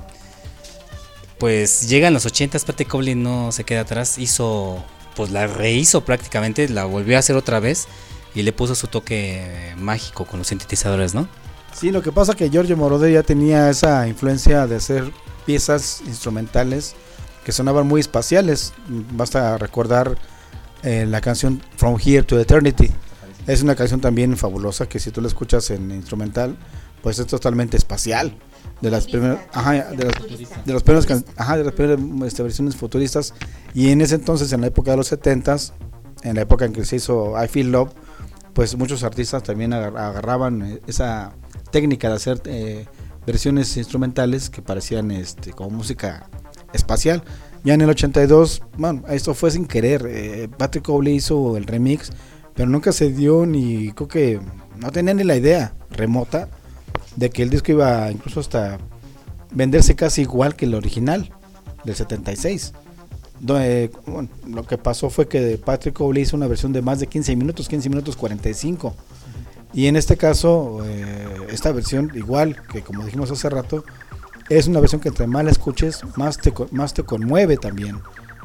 Pues llegan los 80s, Patrick Cowley no se queda atrás, la rehizo prácticamente, la volvió a hacer otra vez y le puso su toque mágico con los sintetizadores, ¿no? Sí, lo que pasa que Giorgio Moroder ya tenía esa influencia de hacer piezas instrumentales que sonaban muy espaciales. Basta recordar la canción From Here to Eternity. Es una canción también fabulosa que si tú la escuchas en instrumental, pues es totalmente espacial. De las primeras, de las primeras versiones futuristas. Y en ese entonces, en la época de los 70s, en la época en que se hizo I Feel Love, pues muchos artistas también agarraban esa técnica de hacer versiones instrumentales que parecían como música espacial. Ya en el 82, bueno, esto fue sin querer. Patrick Cowley hizo el remix, pero nunca se dio creo que no tenía ni la idea remota de que el disco iba incluso hasta venderse casi igual que el original del 76. Bueno, lo que pasó fue que Patrick Cowley hizo una versión de más de 15 minutos 45, y en este caso esta versión, igual que como dijimos hace rato, es una versión que entre más la escuches más te conmueve también,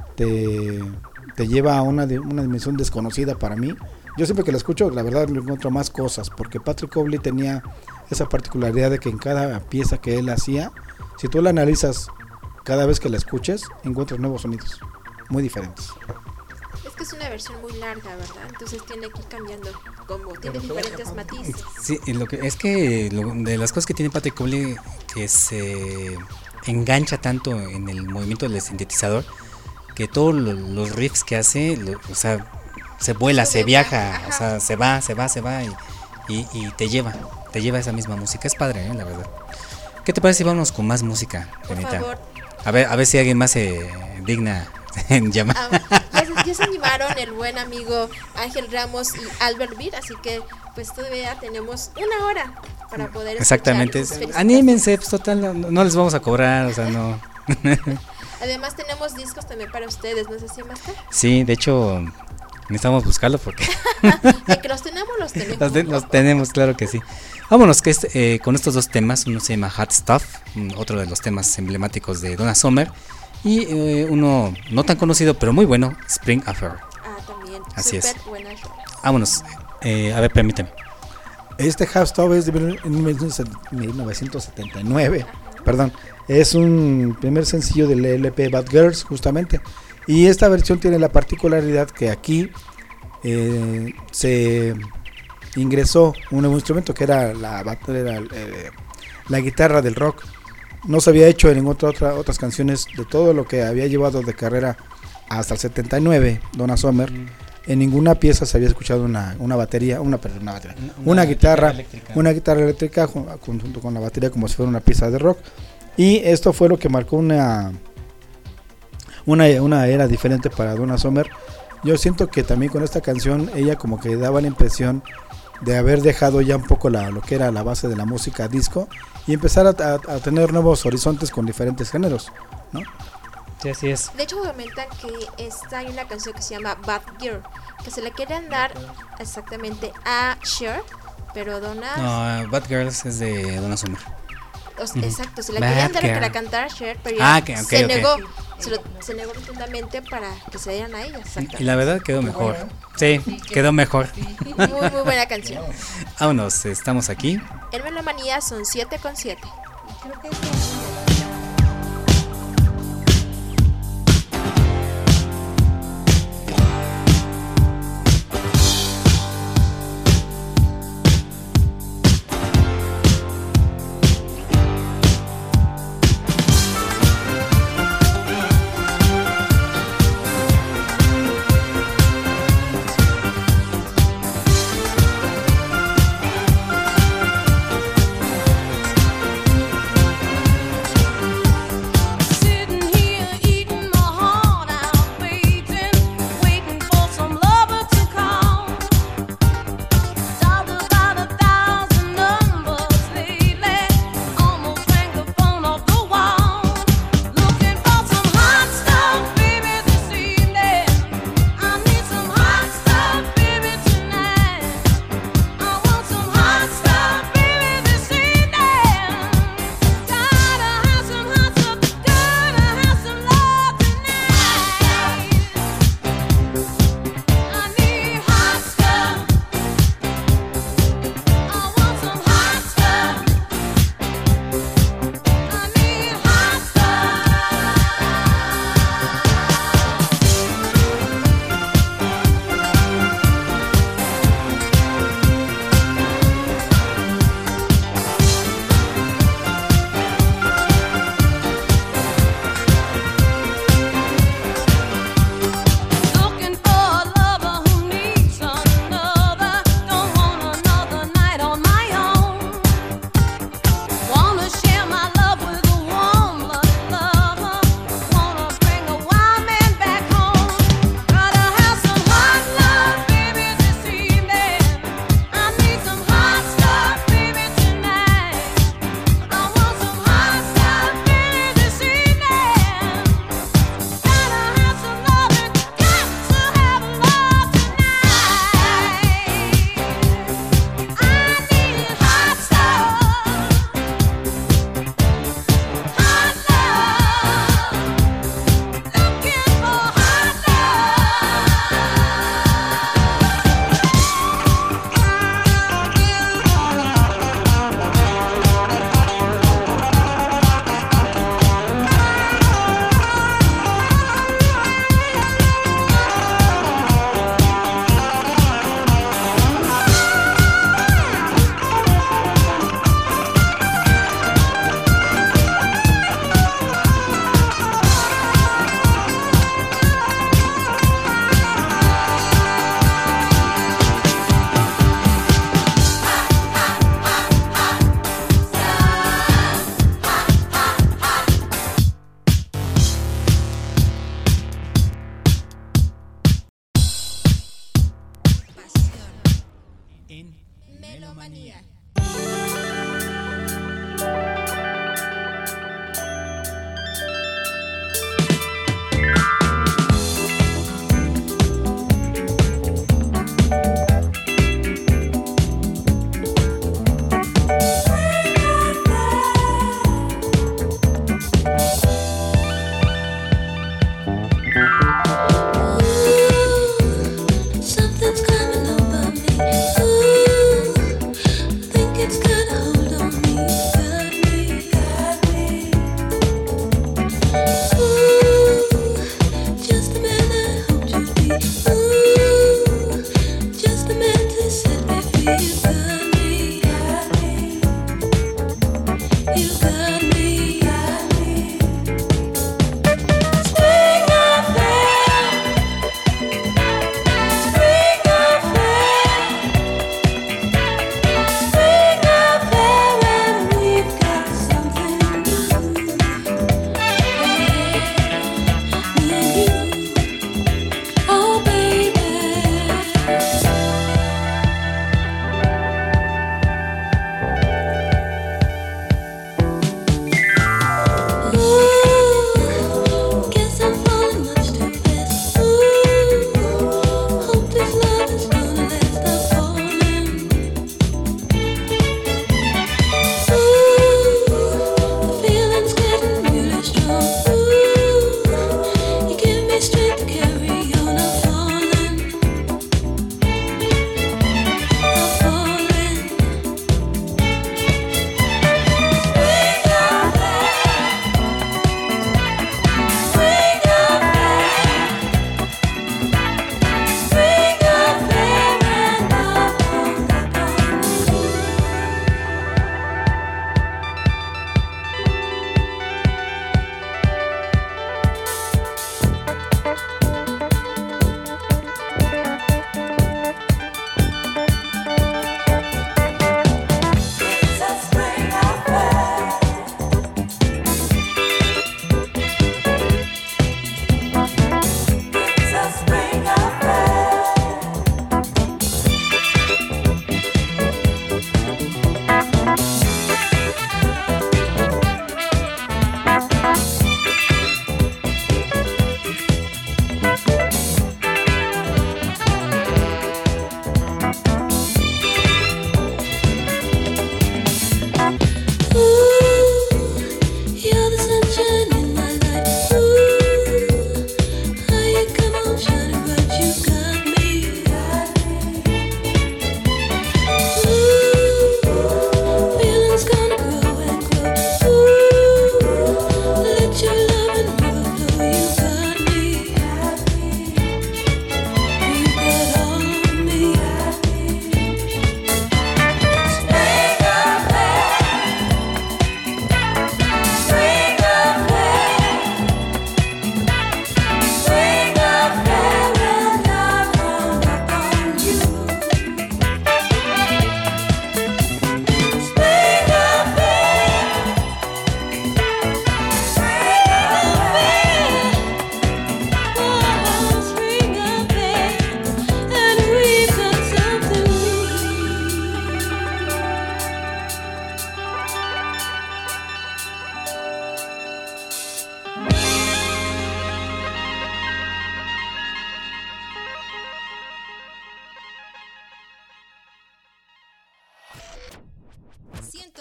te lleva a una dimensión desconocida para mí. Yo siempre que la escucho, la verdad, le encuentro más cosas, porque Patrick Cowley tenía esa particularidad de que en cada pieza que él hacía, si tú la analizas cada vez que la escuches, encuentras nuevos sonidos muy diferentes. Es que es una versión muy larga, ¿verdad? Entonces tiene que ir cambiando, como tiene diferentes matices. Sí, de las cosas que tiene Patrick Cowley, que se engancha tanto en el movimiento del sintetizador, que todos los riffs que hace, se vuela, se viaja, o sea, se va y te lleva a esa misma música. Es padre, la verdad. ¿Qué te parece si vamos con más música, Benita? Por favor. A ver si alguien más se digna en llamar. Ya se animaron el buen amigo Ángel Ramos y Albert Beer, así que pues todavía tenemos una hora para poder exactamente. Anímense, pues total, no les vamos a cobrar, o sea, no. Además tenemos discos también para ustedes, ¿no sé si más tarde? Sí, de hecho necesitamos buscarlo porque de que los tenemos. Los tenemos, claro que sí. Vámonos con estos dos temas. Uno se llama Hot Stuff, otro de los temas emblemáticos de Donna Summer, y uno no tan conocido pero muy bueno, Spring Affair. También. Así es. Buena. Vámonos. A ver, permíteme. Este Hot Stuff es de 1979. Perdón. Es un primer sencillo del LP Bad Girls, justamente. Y esta versión tiene la particularidad que aquí se ingresó un nuevo instrumento que era la guitarra del rock. No se había hecho en otras canciones de todo lo que había llevado de carrera hasta el 79 Donna Summer. En ninguna pieza se había escuchado una guitarra eléctrica junto con la batería, como si fuera una pieza de rock. Y esto fue lo que marcó una era diferente para Donna Summer. Yo siento que también con esta canción ella como que daba la impresión de haber dejado ya un poco lo que era la base de la música disco y empezar a tener nuevos horizontes con diferentes géneros, ¿no? Sí, así es. De hecho comentan que hay una canción que se llama Bad Girl, que se le quieren dar exactamente a Cher, pero Donna... No, Bad Girls es de Donna Summer. Exacto, se la Bad querían dar a que Girl. la cantara Cher, pero ya Ok, se ok. negó. Se negó rotundamente para que se dieran a ella. Y la verdad quedó mejor. Sí, quedó mejor. Muy, muy buena canción. Vámonos, estamos aquí. En Melomanía son 7:7. Creo que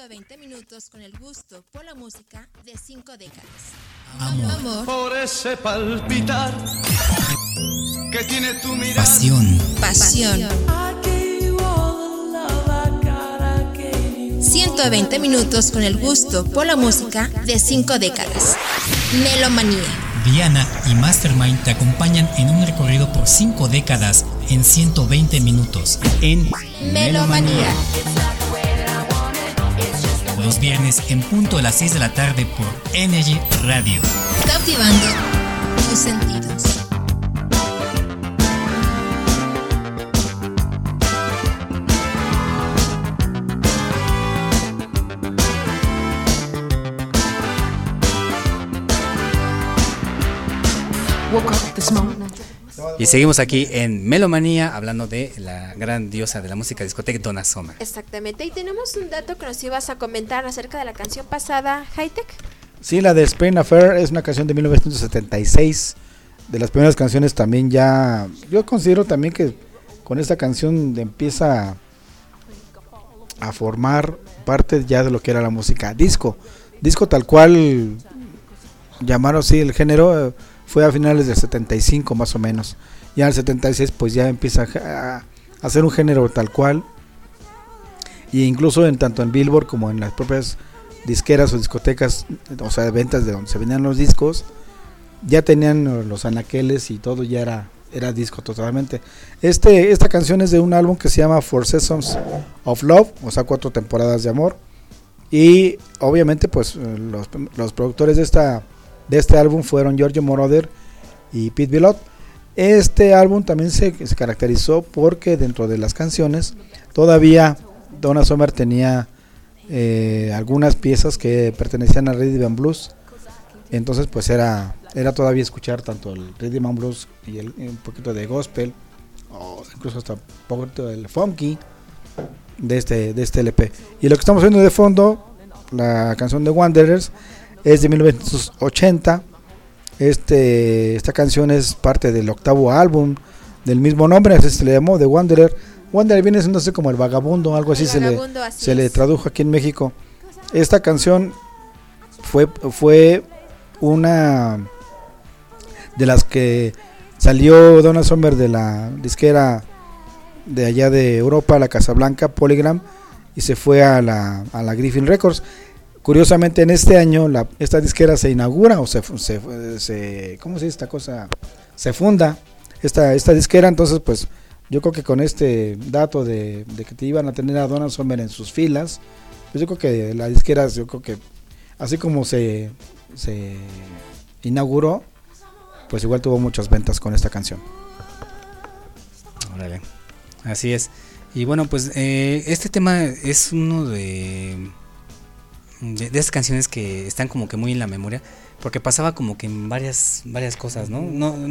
120 minutos con el gusto por la música de 5 décadas. Amor. Por ese palpitar que tiene tu mirada. Pasión. Pasión. 120 minutos con el gusto por la música de 5 décadas. Melomanía. Diana y Mastermind te acompañan en un recorrido por 5 décadas en 120 minutos en Melomanía. Los viernes en punto a las 6 de la tarde por Energy Radio. Cautivando tus sentidos. Y seguimos aquí en Melomanía hablando de la gran diosa de la música discoteca, Donna Summer. Exactamente, y tenemos un dato que nos ibas a comentar acerca de la canción pasada, Hightech. Sí, la de Spring Affair es una canción de 1976, de las primeras canciones también ya, yo considero también que con esta canción empieza a formar parte ya de lo que era la música disco tal cual, llamaron así el género, fue a finales del 75 más o menos, ya en el 76 pues ya empieza a hacer un género tal cual, y incluso tanto en Billboard como en las propias disqueras o discotecas, o sea, de ventas de donde se vendían los discos, ya tenían los anaqueles y todo, ya era disco totalmente. Esta canción es de un álbum que se llama 4 Seasons of Love, o sea, 4 temporadas de amor, y obviamente pues los productores de este álbum fueron Giorgio Moroder y Pete Bellotte. Este álbum también se caracterizó porque dentro de las canciones todavía Donna Summer tenía algunas piezas que pertenecían al Rhythm and Blues, entonces pues era todavía escuchar tanto el Rhythm and Blues y un poquito de gospel, o incluso hasta un poquito del funky de este LP. Y lo que estamos viendo de fondo, la canción de Wanderers, es de 1980. Esta canción es parte del 8º álbum del mismo nombre, así se le llamó, de Wanderer. Wanderer viene siendo así como el vagabundo, algo así, se le tradujo aquí en México. Esta canción fue una de las que salió Donna Summer de la disquera de allá de Europa, la Casablanca, Polygram, y se fue a la Griffin Records. Curiosamente en este año esta disquera se inaugura, o ¿cómo se dice esta cosa? Se funda esta disquera. Entonces pues yo creo que con este dato de que te iban a tener a Donna Summer en sus filas, pues yo creo que la disquera, yo creo que así como se inauguró, pues igual tuvo muchas ventas con esta canción. Órale, así es. Y bueno, pues este tema es uno de esas canciones que están como que muy en la memoria, porque pasaba como que en varias cosas, ¿no?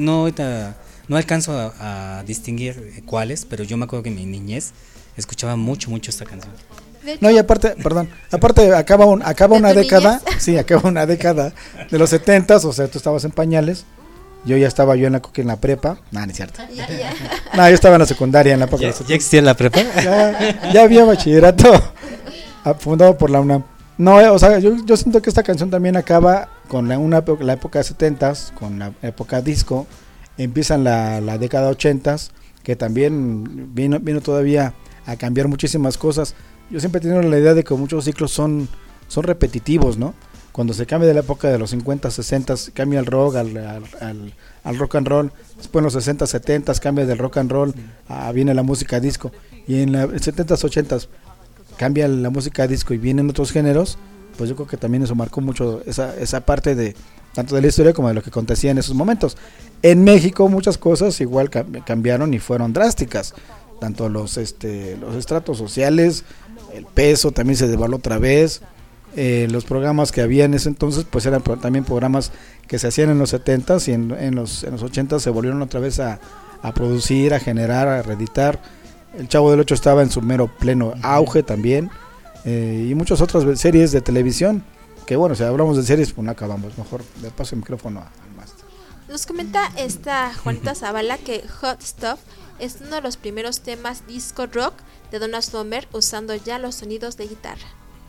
No alcanzo a distinguir cuáles, pero yo me acuerdo que en mi niñez escuchaba mucho esta canción. No, y aparte acaba una década, sí, acaba una década de los 70s, o sea, tú estabas en pañales, yo ya estaba en la prepa, no es cierto. No, yo estaba en la secundaria en la época. ¿Ya existía la prepa? Ya había bachillerato fundado por la UNAM. No, o sea, yo siento que esta canción también acaba con la época de 70s, con la época disco, empiezan la década 80s, que también vino todavía a cambiar muchísimas cosas. Yo siempre he tenido la idea de que muchos ciclos son repetitivos, ¿no? Cuando se cambia de la época de los 50, 60, cambia el rock al rock and roll, después en los 60, 70 cambia del rock and roll, viene la música disco, y en los 70, 80 cambia la música disco y vienen otros géneros. Pues yo creo que también eso marcó mucho esa parte de tanto de la historia como de lo que acontecía en esos momentos. En México muchas cosas igual cambiaron y fueron drásticas, tanto los estratos sociales, el peso también se devaluó otra vez. Los programas que había en ese entonces pues eran también programas que se hacían en los 70s y en los 80s se volvieron otra vez a producir, a generar, a reeditar. El Chavo del Ocho estaba en su mero pleno auge también, y muchas otras series de televisión, que bueno, si hablamos de series pues no acabamos, mejor le paso el micrófono al máster. Nos comenta esta Juanita Zavala que Hot Stuff es uno de los primeros temas disco rock de Donna Summer usando ya los sonidos de guitarra.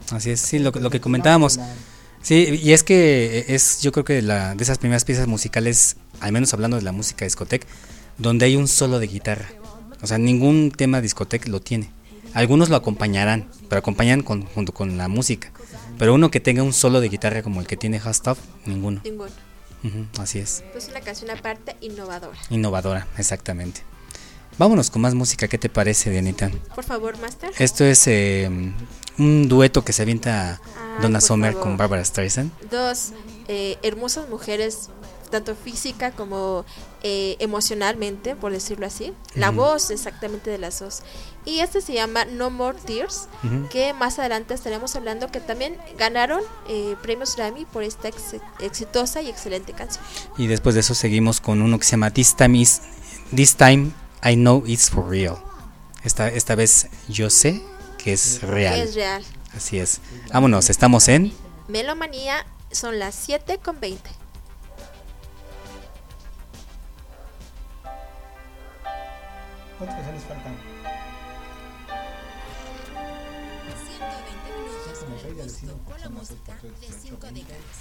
Así es, sí, lo que comentábamos. Sí, y es que yo creo que de esas primeras piezas musicales, al menos hablando de la música discoteca, donde hay un solo de guitarra. O sea, ningún tema discoteca lo tiene. Algunos lo acompañarán, pero acompañan junto con la música. Pero uno que tenga un solo de guitarra como el que tiene Hot Stuff, ninguno. Ninguno. Así es. Pues una canción aparte innovadora. Innovadora, exactamente. Vámonos con más música, ¿qué te parece, Dianita? Por favor, Master. Esto es un dueto que se avienta Donna Summer con Barbara Streisand. Dos hermosas mujeres, tanto física como emocionalmente, por decirlo así. La voz exactamente de las dos. Y este se llama No More Tears, que más adelante estaremos hablando, que también ganaron premios Grammy por esta exitosa y excelente canción. Y después de eso seguimos con uno que se llama This Time I Know It's For Real. Esta vez yo sé que es real. Es real. Así es. Vámonos, estamos en Melomanía, son las 7:20. ¿Cuántas canciones faltan? 120 minutos con el gusto por la música de 5 décadas.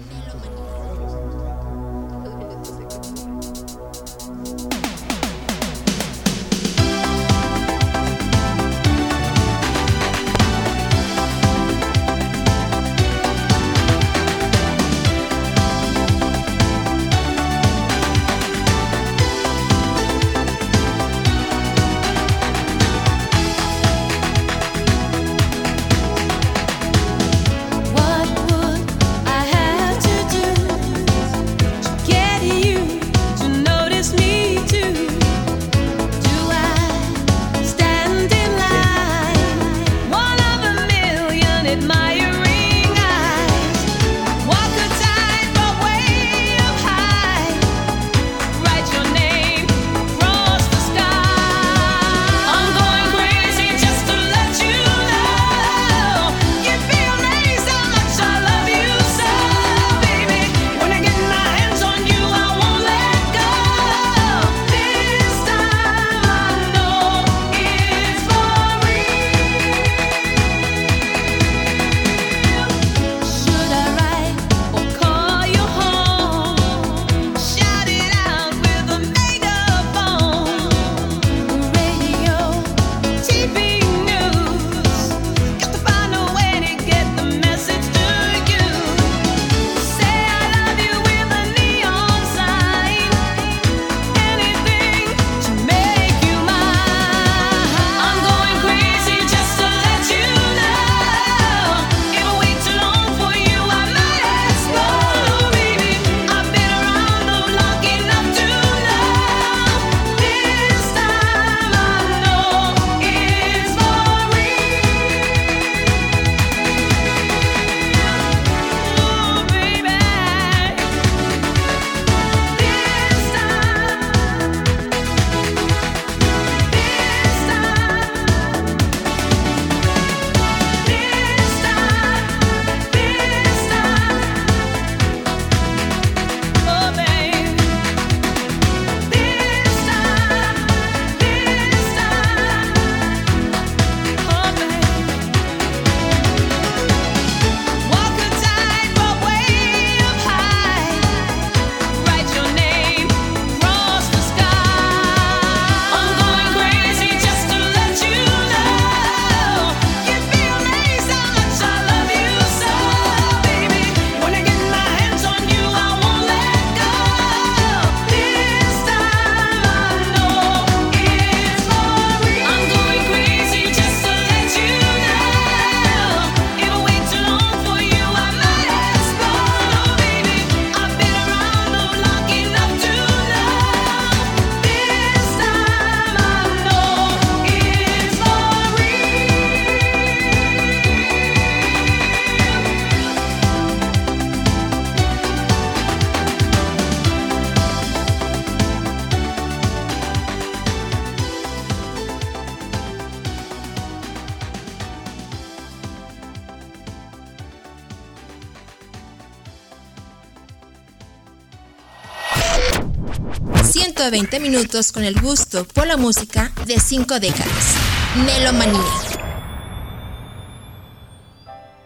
de 20 minutos con el gusto por la música de 5 décadas. Melomanía.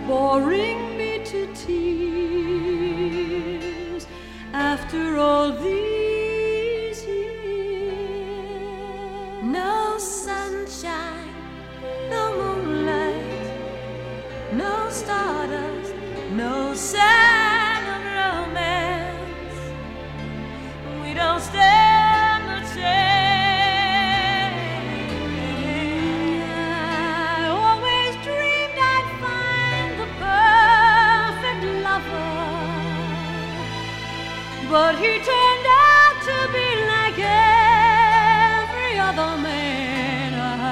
boring me to tears after all these years. No sunshine, no moonlight, no stardust, no sign of romance. We don't stand a chance. I always dreamed I'd find the perfect lover, but he turned out to be like every other man I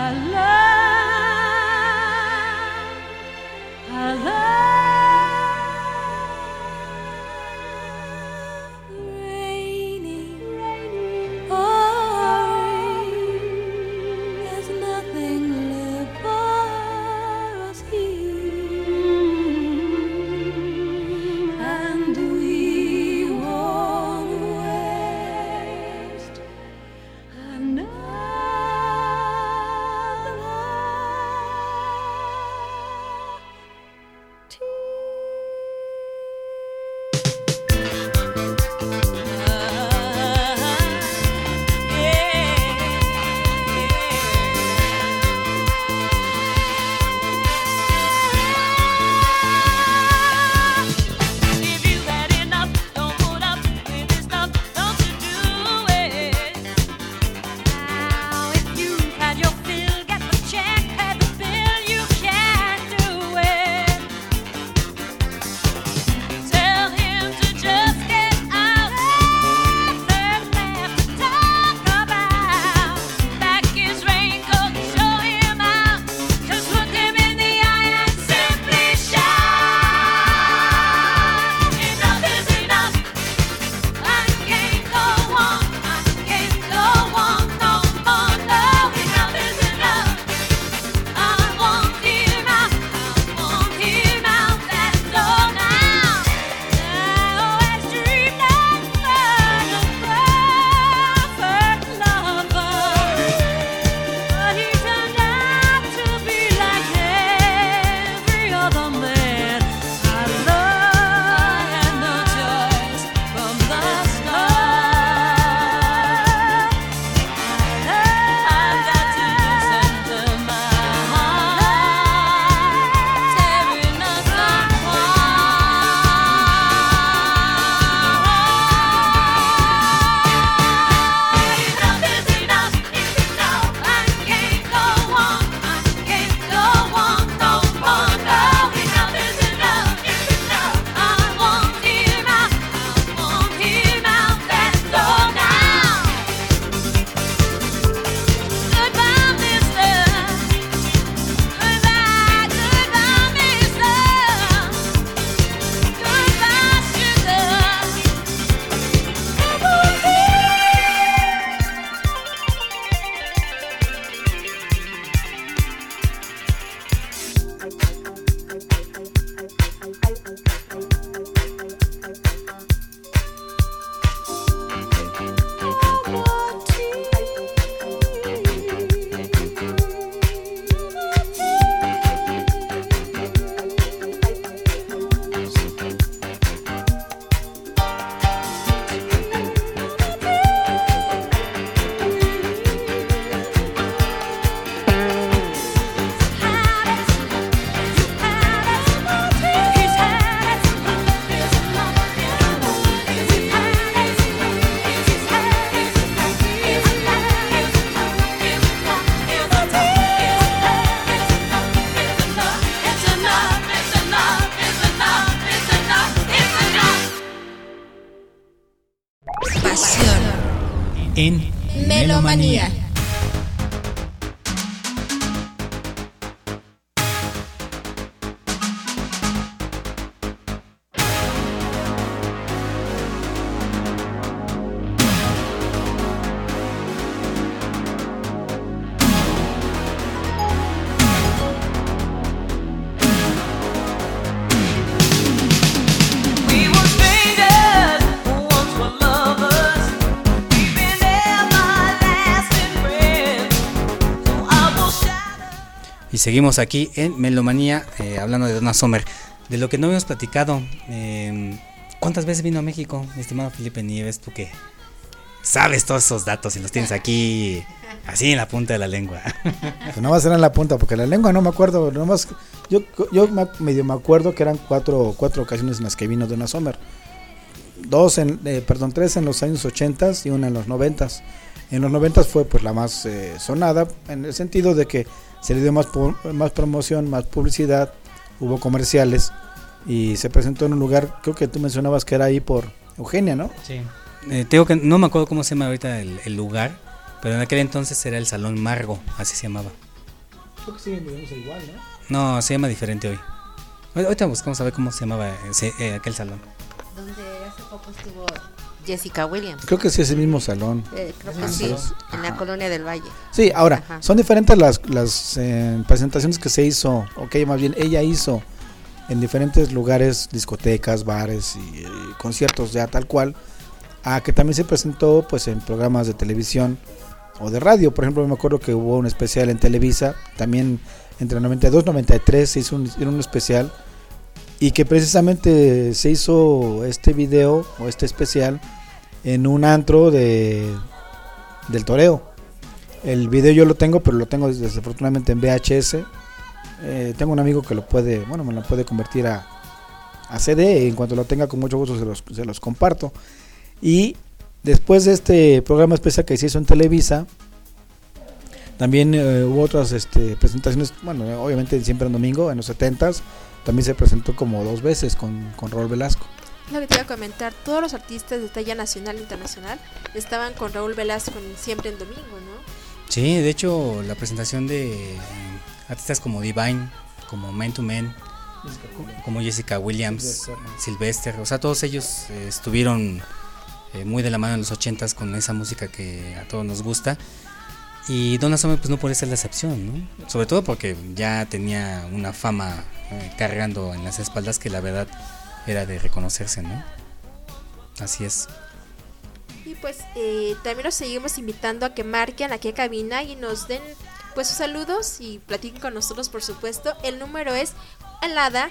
love. Raining, pouring, there's nothing left for us here, and we won't waste en Melomanía. Once were lovers, we've been everlasting. Y seguimos aquí en Melomanía, hablando de Donna Summer. De lo que no habíamos platicado, ¿cuántas veces vino a México, mi estimado Felipe Nieves? Tú que sabes todos esos datos y los tienes aquí así en la punta de la lengua. Pues no va a ser en la punta, porque la lengua no me acuerdo. Nomás, yo medio me acuerdo que eran cuatro ocasiones en las que vino Donna Summer. 3 en los años 80 y una en los 90. En los 90 fue pues la más sonada, en el sentido de que se le dio más promoción, más publicidad, hubo comerciales y se presentó en un lugar, creo que tú mencionabas que era ahí por Eugenia, ¿no? Sí. Tengo que no me acuerdo cómo se llama ahorita el lugar, pero en aquel entonces era el Salón Margo, así se llamaba. Creo que sigue igual, ¿no? No, se llama diferente hoy. Ahorita buscamos a ver cómo se llamaba aquel salón. Donde hace poco estuvo Jessica Williams. Creo que sí es el mismo salón. Creo que sí, en la Colonia del Valle. Sí, ahora, Ajá. son diferentes las presentaciones que se hizo, más bien ella hizo en diferentes lugares, discotecas, bares y conciertos ya tal cual, a que también se presentó pues en programas de televisión o de radio. Por ejemplo, me acuerdo que hubo un especial en Televisa, también entre 92 y 93 se hizo un especial, y que precisamente se hizo este video o este especial en un antro del toreo. El video yo lo tengo, pero lo tengo desafortunadamente en VHS. Tengo un amigo que me lo puede convertir a CD, en cuanto lo tenga con mucho gusto se los comparto. Y después de este programa especial que se hizo en Televisa, también hubo otras presentaciones, obviamente siempre en domingo, en los 70s, también se presentó como 2 veces con Raúl Velasco. Lo que te iba a comentar, todos los artistas de talla nacional e internacional estaban con Raúl Velasco siempre en domingo, ¿no? Sí, de hecho la presentación de artistas como Divine, como Man to Man, como Jessica Williams, Sylvester, o sea, todos ellos estuvieron muy de la mano en los 80s con esa música que a todos nos gusta. Y Donna Summer pues no podía ser la excepción, ¿no? Sobre todo porque ya tenía una fama cargando en las espaldas que la verdad era de reconocerse, ¿no? Así es. Y pues también los seguimos invitando a que marquen aquí a cabina y nos den pues sus saludos y platiquen con nosotros, por supuesto. El número es Alada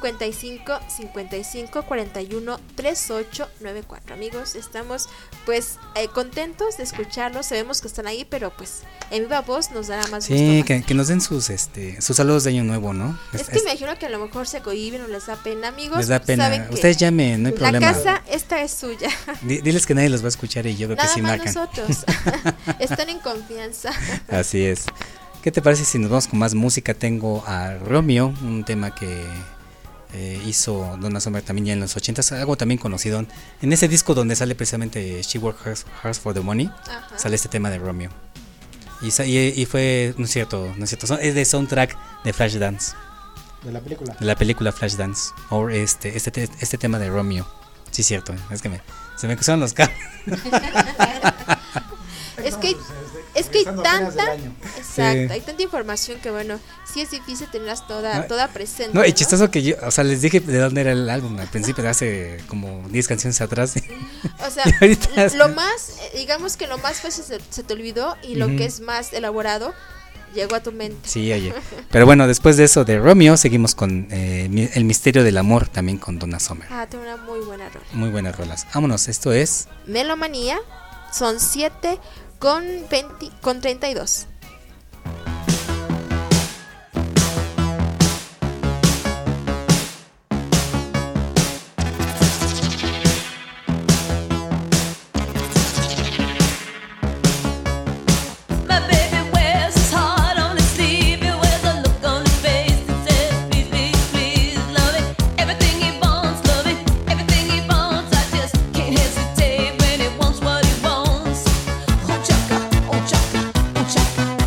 55 55 41 38 94. Amigos, estamos pues contentos de escucharlos. Sabemos que están ahí, pero pues en viva voz nos dará más gusto. Sí, que nos den sus saludos de año nuevo, ¿no? Es que me imagino que a lo mejor se cohiben o les da pena, amigos. Les da pena. Ustedes llamen, no hay problema. La casa esta es suya. Diles que nadie los va a escuchar y yo creo que sí marcan. Nada más nosotros. Están en confianza. Así es. ¿Qué te parece si nos vamos con más música? Tengo a Romeo, un tema que hizo Donna Summer también ya en los 80s, algo también conocido. En ese disco donde sale precisamente She Works Hard for the Money, ajá, sale este tema de Romeo. Y fue, no es cierto, es de soundtrack de Flashdance. De la película. De la película Flashdance. O este tema de Romeo. Sí, cierto, es que se me cruzaron los cables. Es que hay tanta, exacto, hay tanta información que bueno, sí es difícil tenerlas toda presente. No, y chistoso que yo, o sea, les dije de dónde era el álbum al principio, de hace como 10 canciones atrás. O sea, lo más, digamos que lo más fácil se te olvidó y lo que es más elaborado llegó a tu mente. Sí, oye. Pero bueno, después de eso de Romeo, seguimos con El Misterio del Amor, también con Donna Summer. Tiene una muy buena rola. Muy buenas rolas. Vámonos, esto es Melomanía, son 7 con 32. Chaka, oh chaka, oh chaka.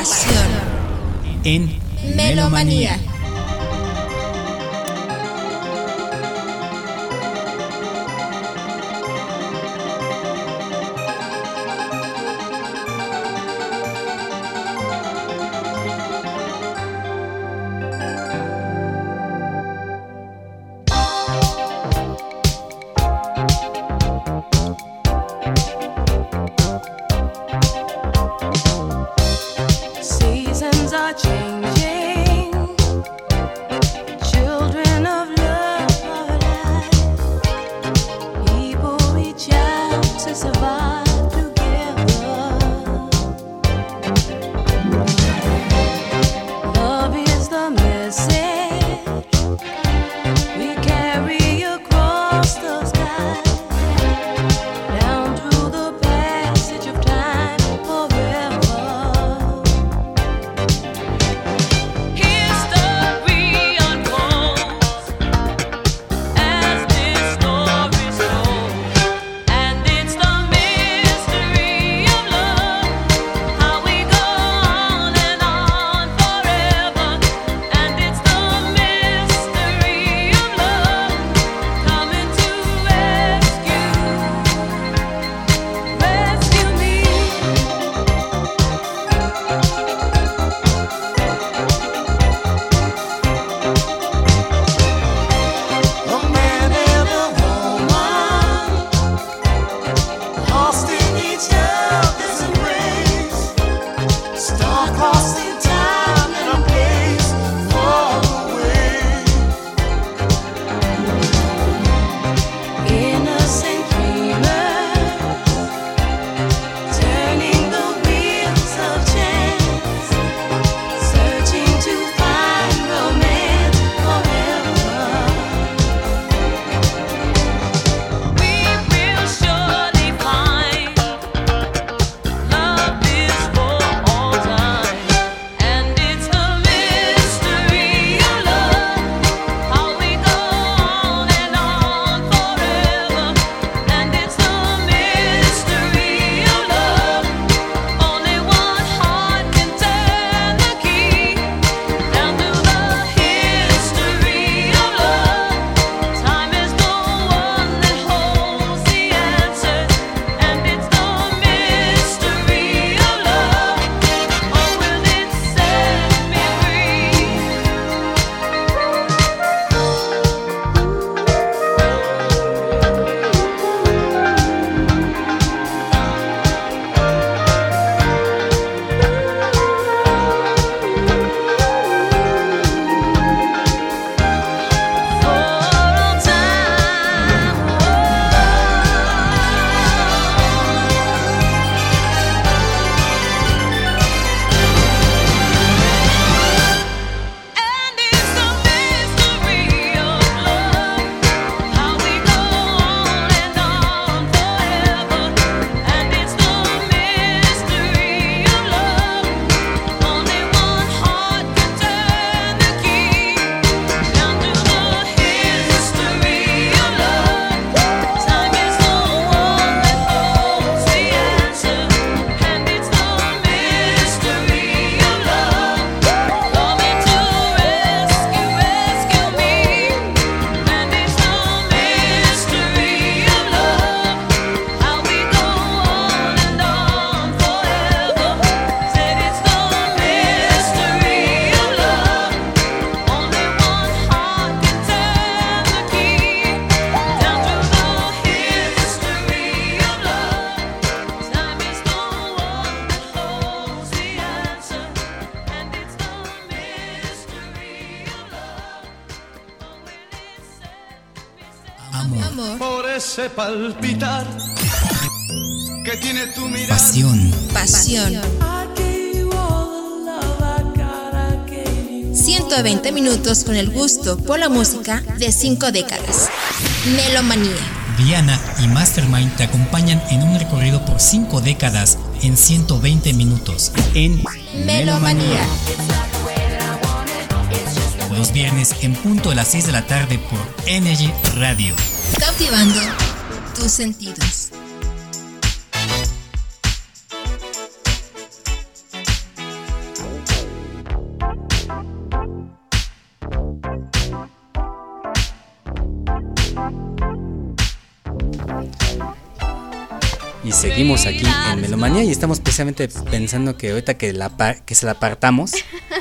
pasión en Melomanía. Seasons are changing. Children of love are alive. People reach out to survive together. Love is the message we carry across the sky, down through the passage of time forever. History unfolds as this story's told, and it's the mystery of love, how we go on and on forever, and it's the mystery of love coming to rescue me. A man and a woman lost in each other's embrace, star-crossing time and a place far away. Innocent dreamers turning the wheels of chance, searching to find romance forever. We will surely find love is for all time, and it's the mystery of love, how we go on and on forever, and it's the mystery of love. Only one heart can turn the key down to the history of love. Time is the one that holds the answers, and it's the mystery of love. Oh, will it set me free? For all time, and it's the mystery of love, how we go on and on forever, and it's the mystery of love. Only one heart can turn the key down to the history of love. Time is the one that holds the answer, and it's the mystery of love coming to rescue me. And it's the mystery of love, how we go on and on forever. Said it's the mystery of love. Only one heart can turn the key down to the history of love. Time is the one that holds the answer, and it's the mystery of love. Oh, will it set me amor, Por ese palpitar que tiene tu mirada. pasión, pasión. 120 minutos con el gusto por la música de 5 décadas. Melomanía. Diana y Mastermind te acompañan en un recorrido por 5 décadas en 120 minutos en Melomanía. los viernes en punto de las 6 de la tarde por Energy Radio. Cautivando tus sentidos. seguimos aquí en Melomanía y estamos precisamente pensando que ahorita que se la apartamos,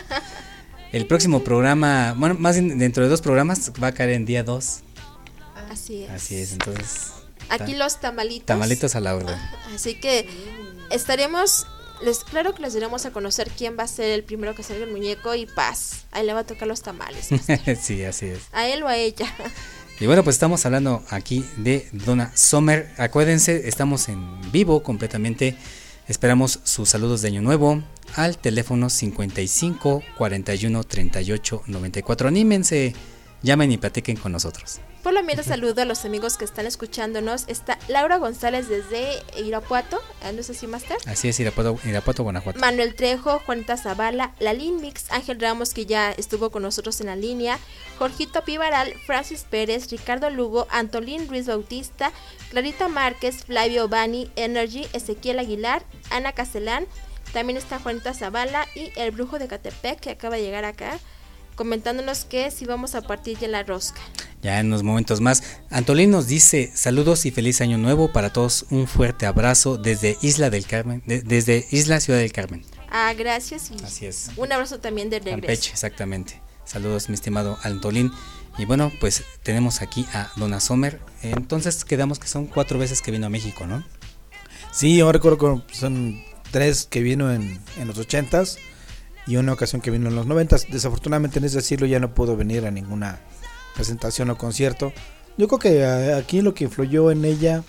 el próximo programa, bueno, más bien dentro de 2 programas va a caer en día 2. Así es. Así es, entonces. Aquí los tamalitos. Tamalitos a la orden. Así que estaremos, claro que les diremos a conocer quién va a ser el primero que salga el muñeco y paz. Ahí le va a tocar los tamales. Sí, así es. A él o a ella. Y bueno, pues estamos hablando aquí de Donna Summer. Acuérdense, estamos en vivo completamente. Esperamos sus saludos de Año Nuevo al teléfono 55 41 38 94. Anímense, llamen y platiquen con nosotros. Por lo menos saludo a los amigos que están escuchándonos. Está Laura González desde Irapuato, ¿no es así, Master? Así es, Irapuato, Guanajuato. Manuel Trejo, Juanita Zavala, Lalín Mix, Ángel Ramos, que ya estuvo con nosotros en la línea, Jorgito Pivaral, Francis Pérez, Ricardo Lugo, Antolín Ruiz Bautista, Clarita Márquez, Flavio Bani, Energy, Ezequiel Aguilar, Ana Castellán, también está Juanita Zavala y el Brujo de Catepec, que acaba de llegar acá, comentándonos que si vamos a partir ya la rosca. Ya en unos momentos más. Antolín nos dice saludos y feliz año nuevo para todos, un fuerte abrazo desde Isla del Carmen, desde Isla Ciudad del Carmen. Gracias y así es. Un abrazo también de regreso. Campeche, exactamente. Saludos, mi estimado Antolín. Y bueno, pues tenemos aquí a Donna Summer. Entonces quedamos que son 4 veces que vino a México, ¿no? Sí, yo recuerdo que son 3 que vino en los 80s y una ocasión que vino en los 90s. Desafortunadamente en ese siglo ya no pudo venir a ninguna presentación o concierto. Yo creo que aquí lo que influyó en ella,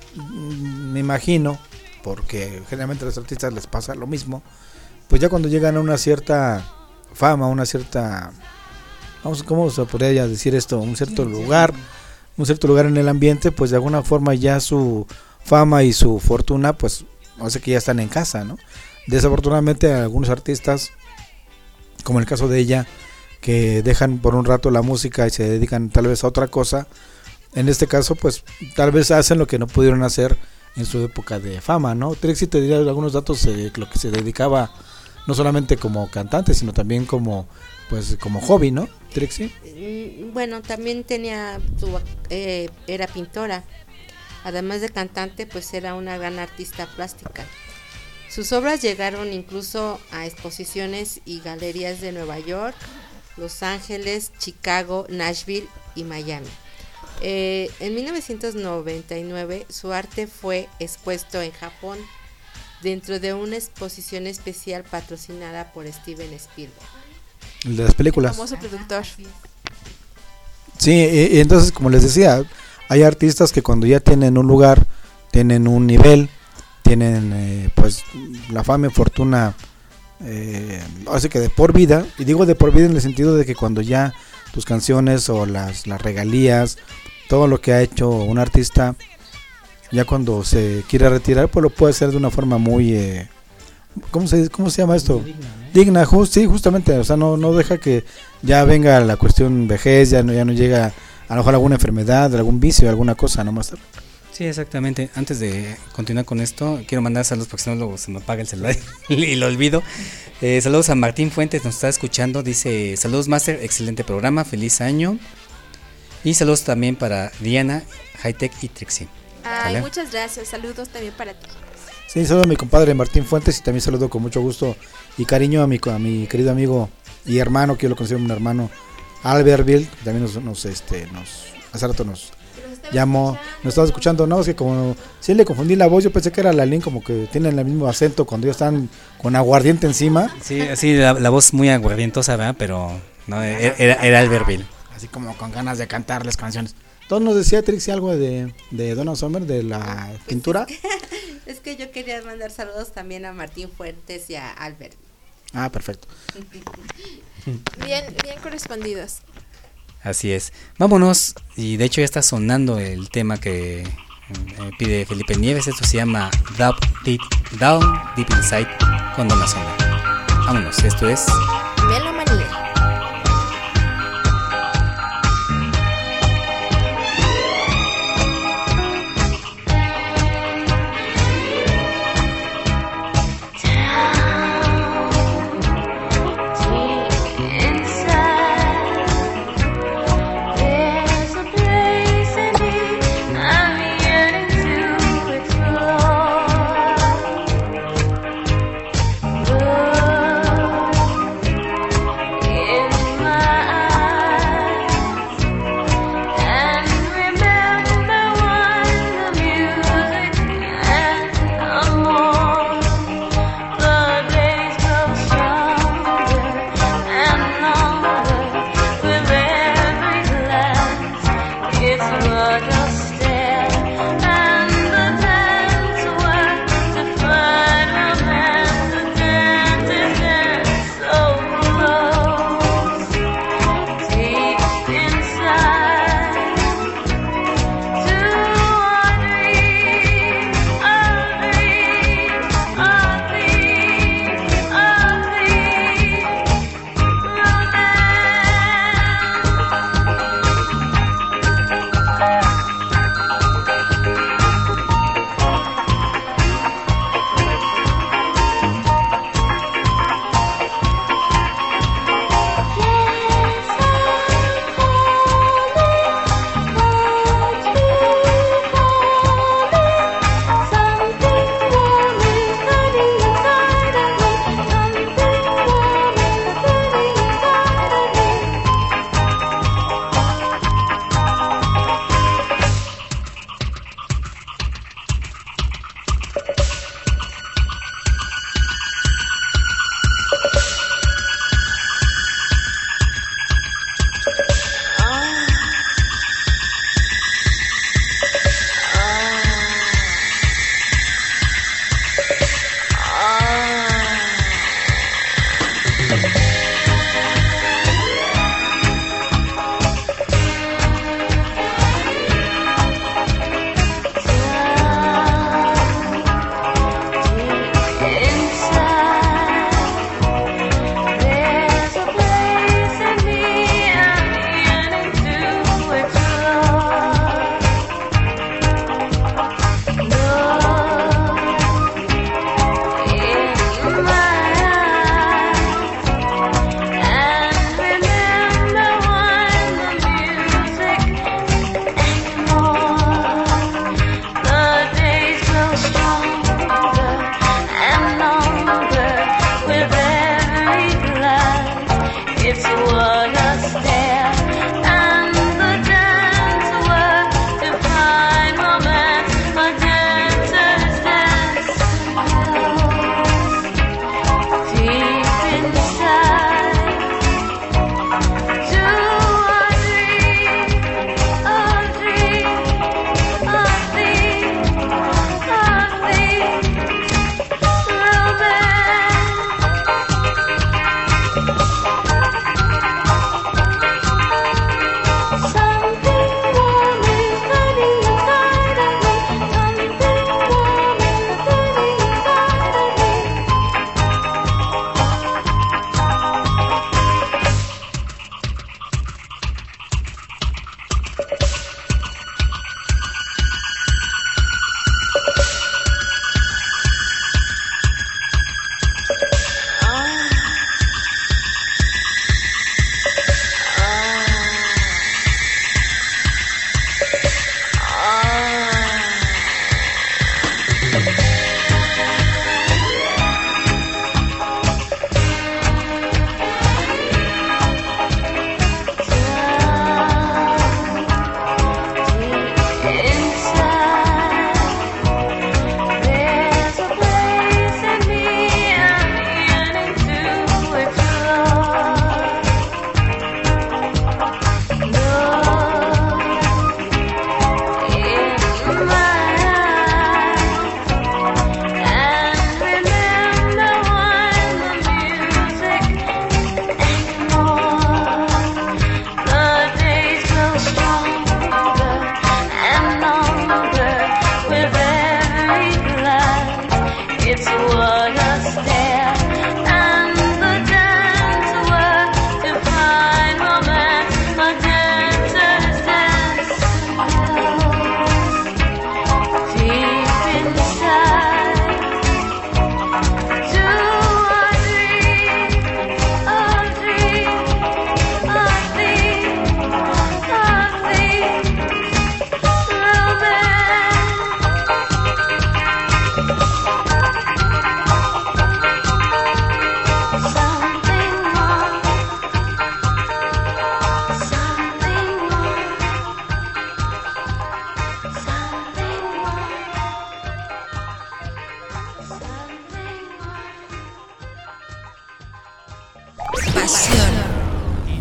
me imagino, porque generalmente a los artistas les pasa lo mismo, pues ya cuando llegan a una cierta fama, una cierta, ¿cómo se podría decir esto? Un cierto lugar en el ambiente, pues de alguna forma ya su fama y su fortuna, pues hace que ya están en casa, ¿no? Desafortunadamente algunos artistas, como el caso de ella, que dejan por un rato la música y se dedican tal vez a otra cosa, en este caso pues tal vez hacen lo que no pudieron hacer en su época de fama, ¿no? Trixie te diría algunos datos de lo que se dedicaba no solamente como cantante, sino también como hobby, ¿no, Trixie? Bueno, también era pintora, además de cantante, pues era una gran artista plástica. Sus obras llegaron incluso a exposiciones y galerías de Nueva York, Los Ángeles, Chicago, Nashville y Miami. En 1999 su arte fue expuesto en Japón dentro de una exposición especial patrocinada por Steven Spielberg. El de las películas. Famoso productor. Sí, y entonces como les decía, hay artistas que cuando ya tienen un lugar, tienen un nivel, tienen pues la fama y fortuna, así que de por vida, y digo de por vida en el sentido de que cuando ya tus canciones o las regalías, todo lo que ha hecho un artista, ya cuando se quiere retirar, pues lo puede hacer de una forma muy, ¿cómo se llama esto? Digna, sí, justamente, o sea, no deja que ya venga la cuestión vejez, ya no llega a lo mejor alguna enfermedad, algún vicio, alguna cosa, no más. Sí, exactamente. Antes de continuar con esto, quiero mandar saludos porque si no luego se me apaga el celular y lo olvido. Saludos a Martín Fuentes, nos está escuchando, dice, saludos Master, excelente programa, feliz año. Y saludos también para Diana, Hightech y Trixie. Ay, muchas gracias, saludos también para ti. Sí, saludo a mi compadre Martín Fuentes y también saludo con mucho gusto y cariño a mi querido amigo y hermano, que yo lo considero un hermano, Albertville, que también hace rato nos llamó, nos estaba escuchando, no, es que como sí le confundí la voz, yo pensé que era Lalín, como que tienen el mismo acento cuando ellos están con aguardiente encima. Sí, así la voz muy aguardientosa, ¿verdad? Pero no, era Albertville. Así como con ganas de cantarles canciones. Entonces nos decía Trixie algo de Donna Summer, de la pintura. Es que yo quería mandar saludos también a Martín Fuentes y a Albert. Ah, perfecto. Bien correspondidos. Así es. Vámonos, y de hecho ya está sonando el tema que pide Felipe Nieves. Esto se llama Down Deep Inside con Donna Summer. Vámonos, esto es Melomanía. There's a place in me I'm yearning to explore.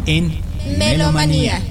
en Melomanía.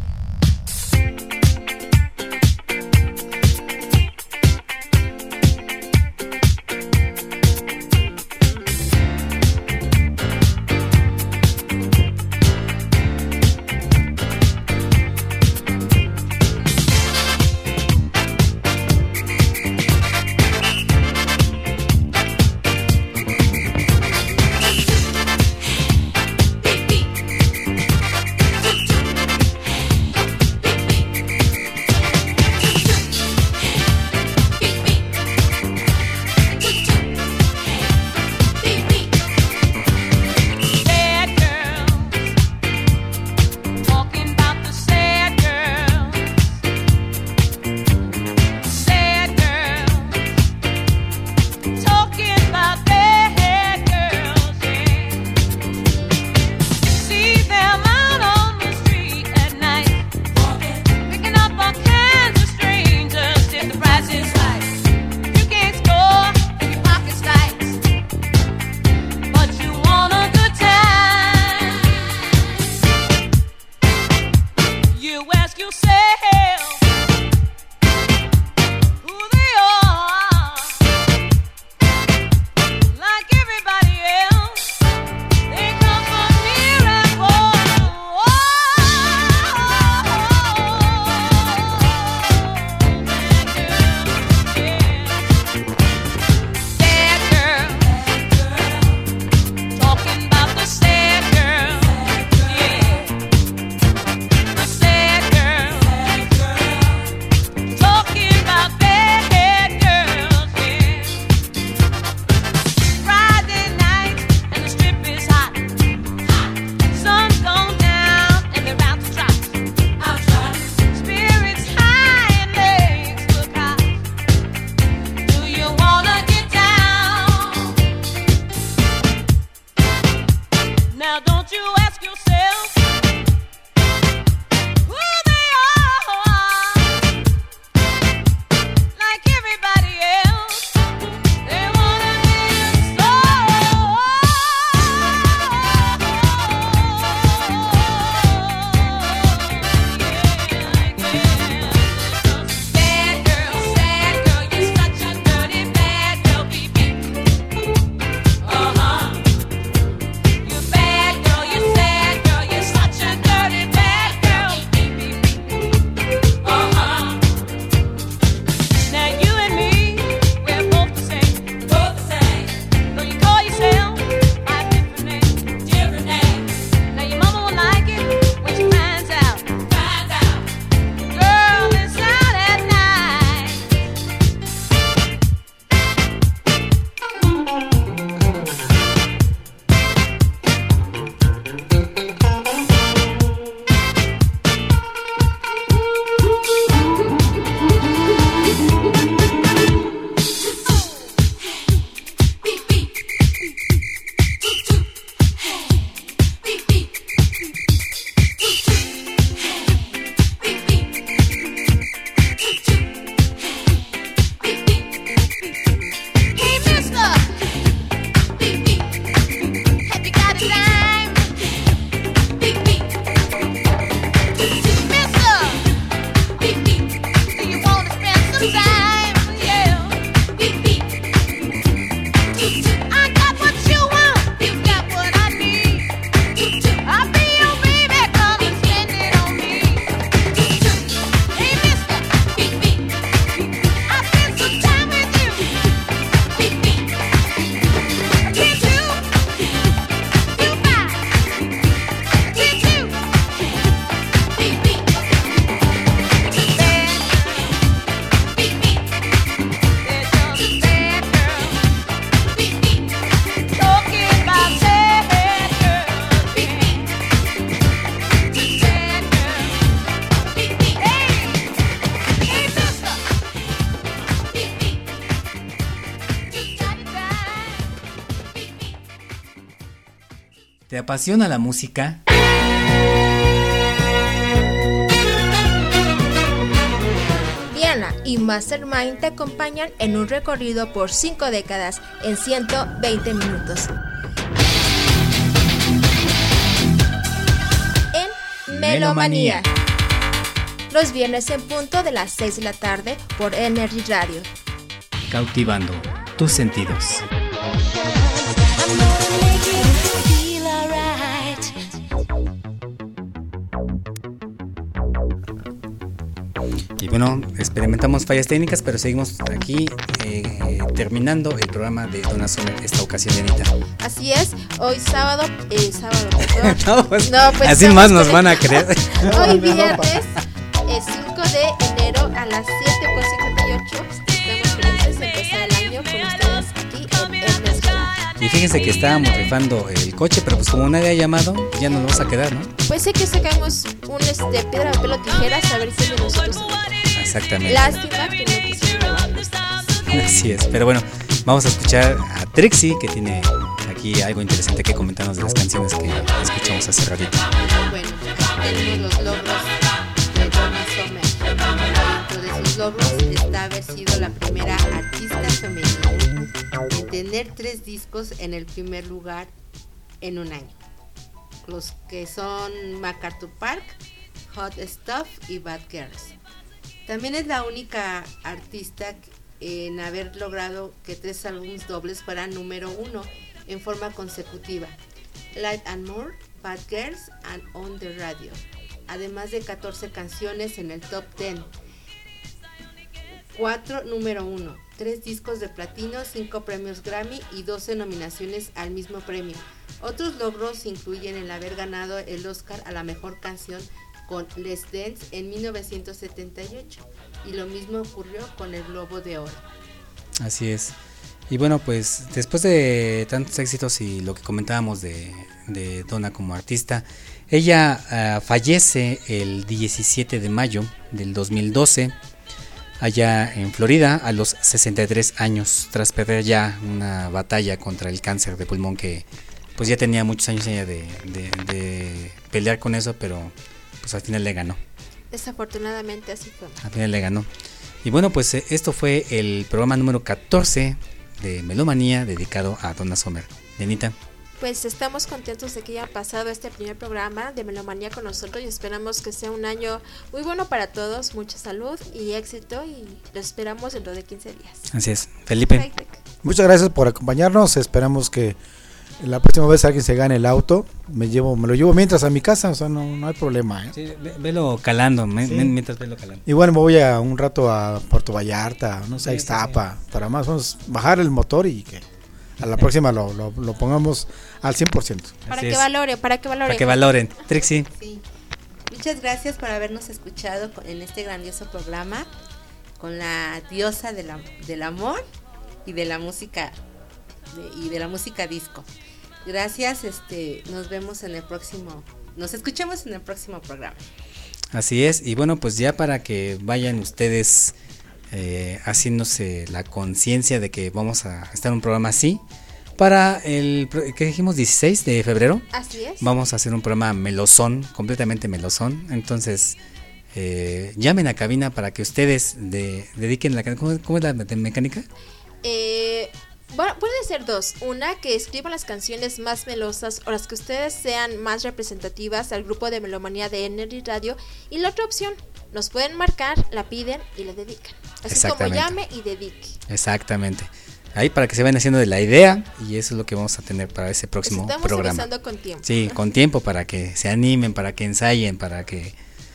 ¿Te apasiona la música? Diana y Mastermind te acompañan en un recorrido por 5 décadas en 120 minutos. Melomanía. Los viernes en punto de las 6 de la tarde por Energy Radio. Cautivando tus sentidos. Y bueno, experimentamos fallas técnicas, pero seguimos aquí terminando el programa de Donna Summer esta ocasión, Dianita. Así es, hoy sábado, perdón. No, pues, pues así más nos van a creer. Hoy viernes, 5 de enero a las 7:58. Estamos felices de empezar el año con ustedes aquí en el. Y fíjense que estábamos rifando el coche, pero pues como nadie ha llamado, ya nos vamos a quedar, ¿no? Pues sé que sacamos un piedra, papel o tijeras a ver si de nosotros. Exactamente. Lástima que no quisieron llevarnos. Así es, pero bueno, vamos a escuchar a Trixie, que tiene aquí algo interesante que comentarnos de las canciones que escuchamos hace ratito. Bueno, aquí tenemos los logros de Donna Summer. Dentro de sus logros está haber sido la primera artista femenina en tener 3 discos en el primer lugar en un año. Los que son MacArthur Park, Hot Stuff y Bad Girls. También es la única artista en haber logrado que 3 álbumes dobles fueran número 1 en forma consecutiva: Light and More, Bad Girls and On the Radio, además de 14 canciones en el top 10, 4 número 1, 3 discos de platino, 5 premios Grammy y 12 nominaciones al mismo premio. Otros logros incluyen el haber ganado el Oscar a la mejor canción con Let's Dance en 1978, y lo mismo ocurrió con el Globo de Oro. Así es. Y bueno, pues después de tantos éxitos y lo que comentábamos de Donna como artista, ella fallece el 17 de mayo del 2012 allá en Florida a los 63 años, tras perder ya una batalla contra el cáncer de pulmón que pues ya tenía muchos años ella de pelear con eso, pero pues al final le ganó. Desafortunadamente así fue. Al final le ganó. Y bueno, pues esto fue el programa número 14 de Melomanía dedicado a Donna Summer. Dianita. Pues estamos contentos de que haya pasado este primer programa de Melomanía con nosotros y esperamos que sea un año muy bueno para todos, mucha salud y éxito, y lo esperamos dentro de 15 días. Así es. Felipe. Muchas gracias por acompañarnos, esperamos que la próxima vez alguien se gane el auto, me lo llevo mientras a mi casa, o sea, no hay problema, ¿eh? Sí, velo calando, sí. Mientras velo calando. Y bueno, me voy a un rato a Puerto Vallarta, no sé, a Ixtapa, para más vamos bajar el motor y que a la próxima lo pongamos al 100%. Para que valoren. Para que valoren. Trixie. Sí. Muchas gracias por habernos escuchado en este grandioso programa con la diosa del amor y de la música disco. Gracias, nos vemos nos escuchamos en el próximo programa. Así es, y bueno, pues ya para que vayan ustedes haciéndose la conciencia de que vamos a estar en un programa así, para el, ¿qué dijimos? 16 de febrero. Así es. Vamos a hacer un programa melosón, completamente melosón, entonces llamen a cabina para que ustedes dediquen ¿cómo es la mecánica? Bueno, puede ser 2. Una, que escriban las canciones más melosas o las que ustedes sean más representativas al grupo de Melomanía de Energy Radio. Y la otra opción, nos pueden marcar, la piden y la dedican. Así como llame y dedique. Exactamente. Ahí para que se vayan haciendo de la idea, y eso es lo que vamos a tener para ese próximo programa. Estamos avisando con tiempo. Sí, con tiempo, para que se animen, para que ensayen, para que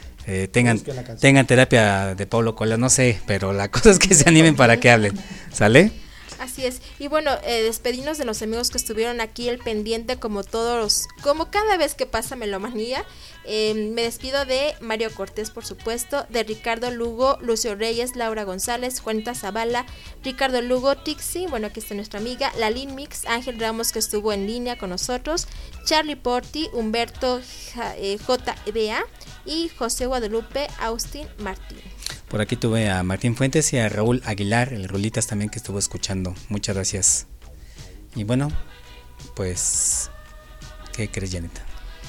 tengan terapia de Paulo Coelho, no sé, pero la cosa es que se animen para que hablen. ¿Sale? Así es, y bueno, despedirnos de los amigos que estuvieron aquí el pendiente como cada vez que pasa Melomanía. Me despido de Mario Cortés, por supuesto, de Ricardo Lugo, Lucio Reyes, Laura González, Juanita Zavala, Ricardo Lugo, Tixi, bueno, aquí está nuestra amiga, Lalín Mix, Ángel Ramos, que estuvo en línea con nosotros, Charlie Porti, Humberto JBA y José Guadalupe Austin Martín. Por aquí tuve a Martín Fuentes y a Raúl Aguilar, el Rulitas también, que estuvo escuchando. Muchas gracias. Y bueno, pues, ¿qué crees, Janeta?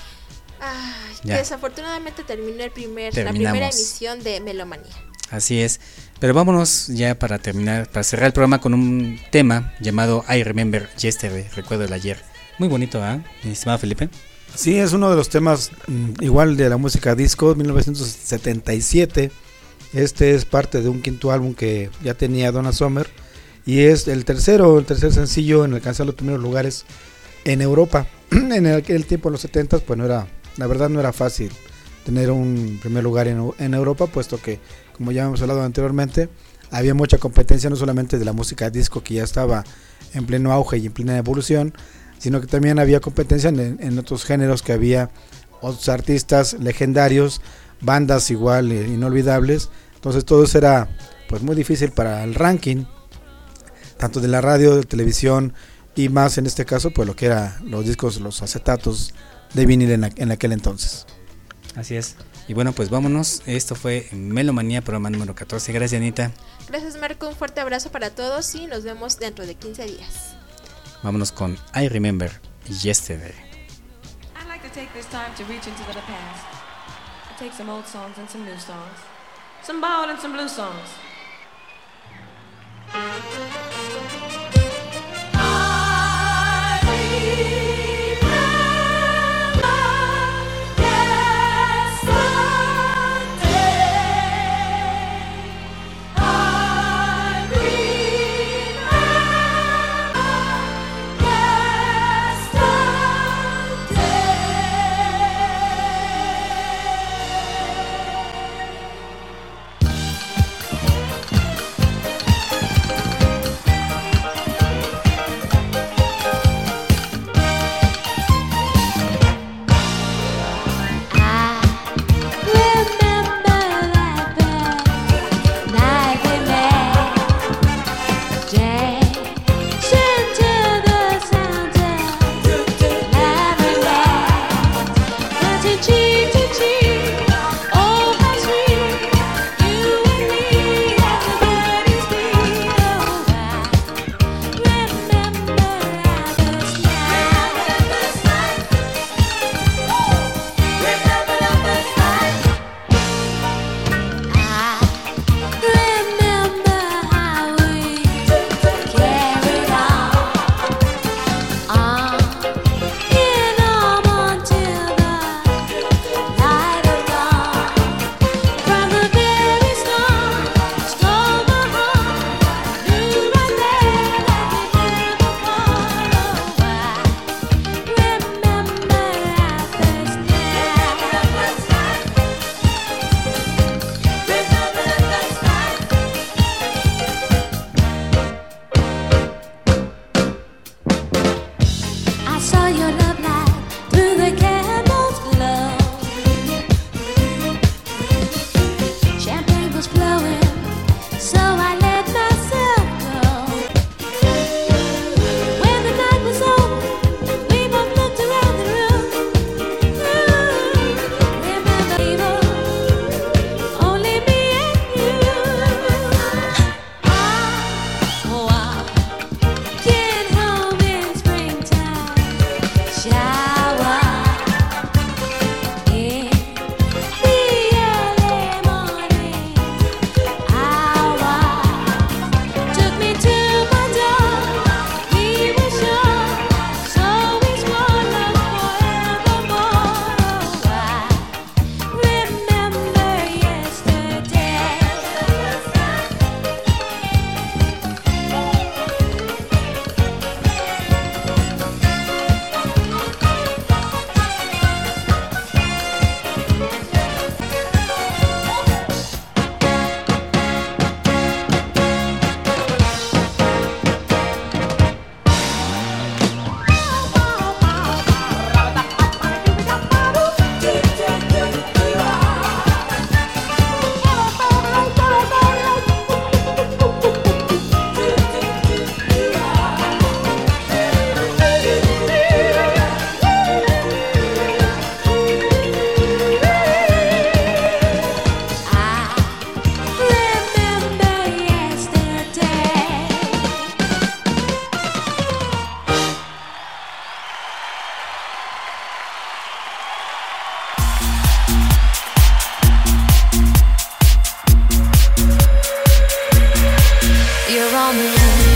Desafortunadamente terminó la primera emisión de Melomanía. Así es. Pero vámonos ya para cerrar el programa con un tema llamado I Remember Yesterday, recuerdo del ayer. Muy bonito, ¿eh? Mi estimado Felipe. Sí, es uno de los temas igual de la música disco, 1977. Este es parte de un quinto álbum que ya tenía Donna Summer y es el tercer sencillo en alcanzar los primeros lugares en Europa. En aquel tiempo, en los 70, pues la verdad no era fácil tener un primer lugar en Europa, puesto que, como ya hemos hablado anteriormente, había mucha competencia no solamente de la música disco, que ya estaba en pleno auge y en plena evolución, sino que también había competencia en otros géneros, que había otros artistas legendarios, bandas igual inolvidables. Entonces todo eso era pues muy difícil para el ranking, tanto de la radio, de televisión y más en este caso pues lo que era los discos, los acetatos de vinil en aquel entonces. Así es. Y bueno, pues vámonos. Esto fue Melomanía, programa número 14. Gracias, Anita. Gracias, Marco. Un fuerte abrazo para todos y nos vemos dentro de 15 días. Vámonos con I Remember Yesterday. I'd like to take this time to reach into the past. I take some old songs and some new songs. Some ballad and some blue songs.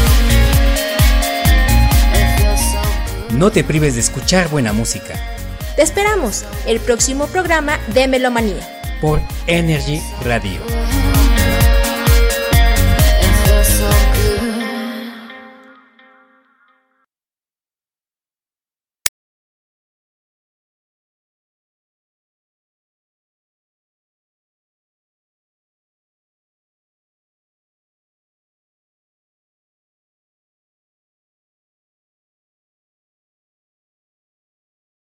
No te prives de escuchar buena música. Te esperamos el próximo programa de Melomanía por Energy Radio.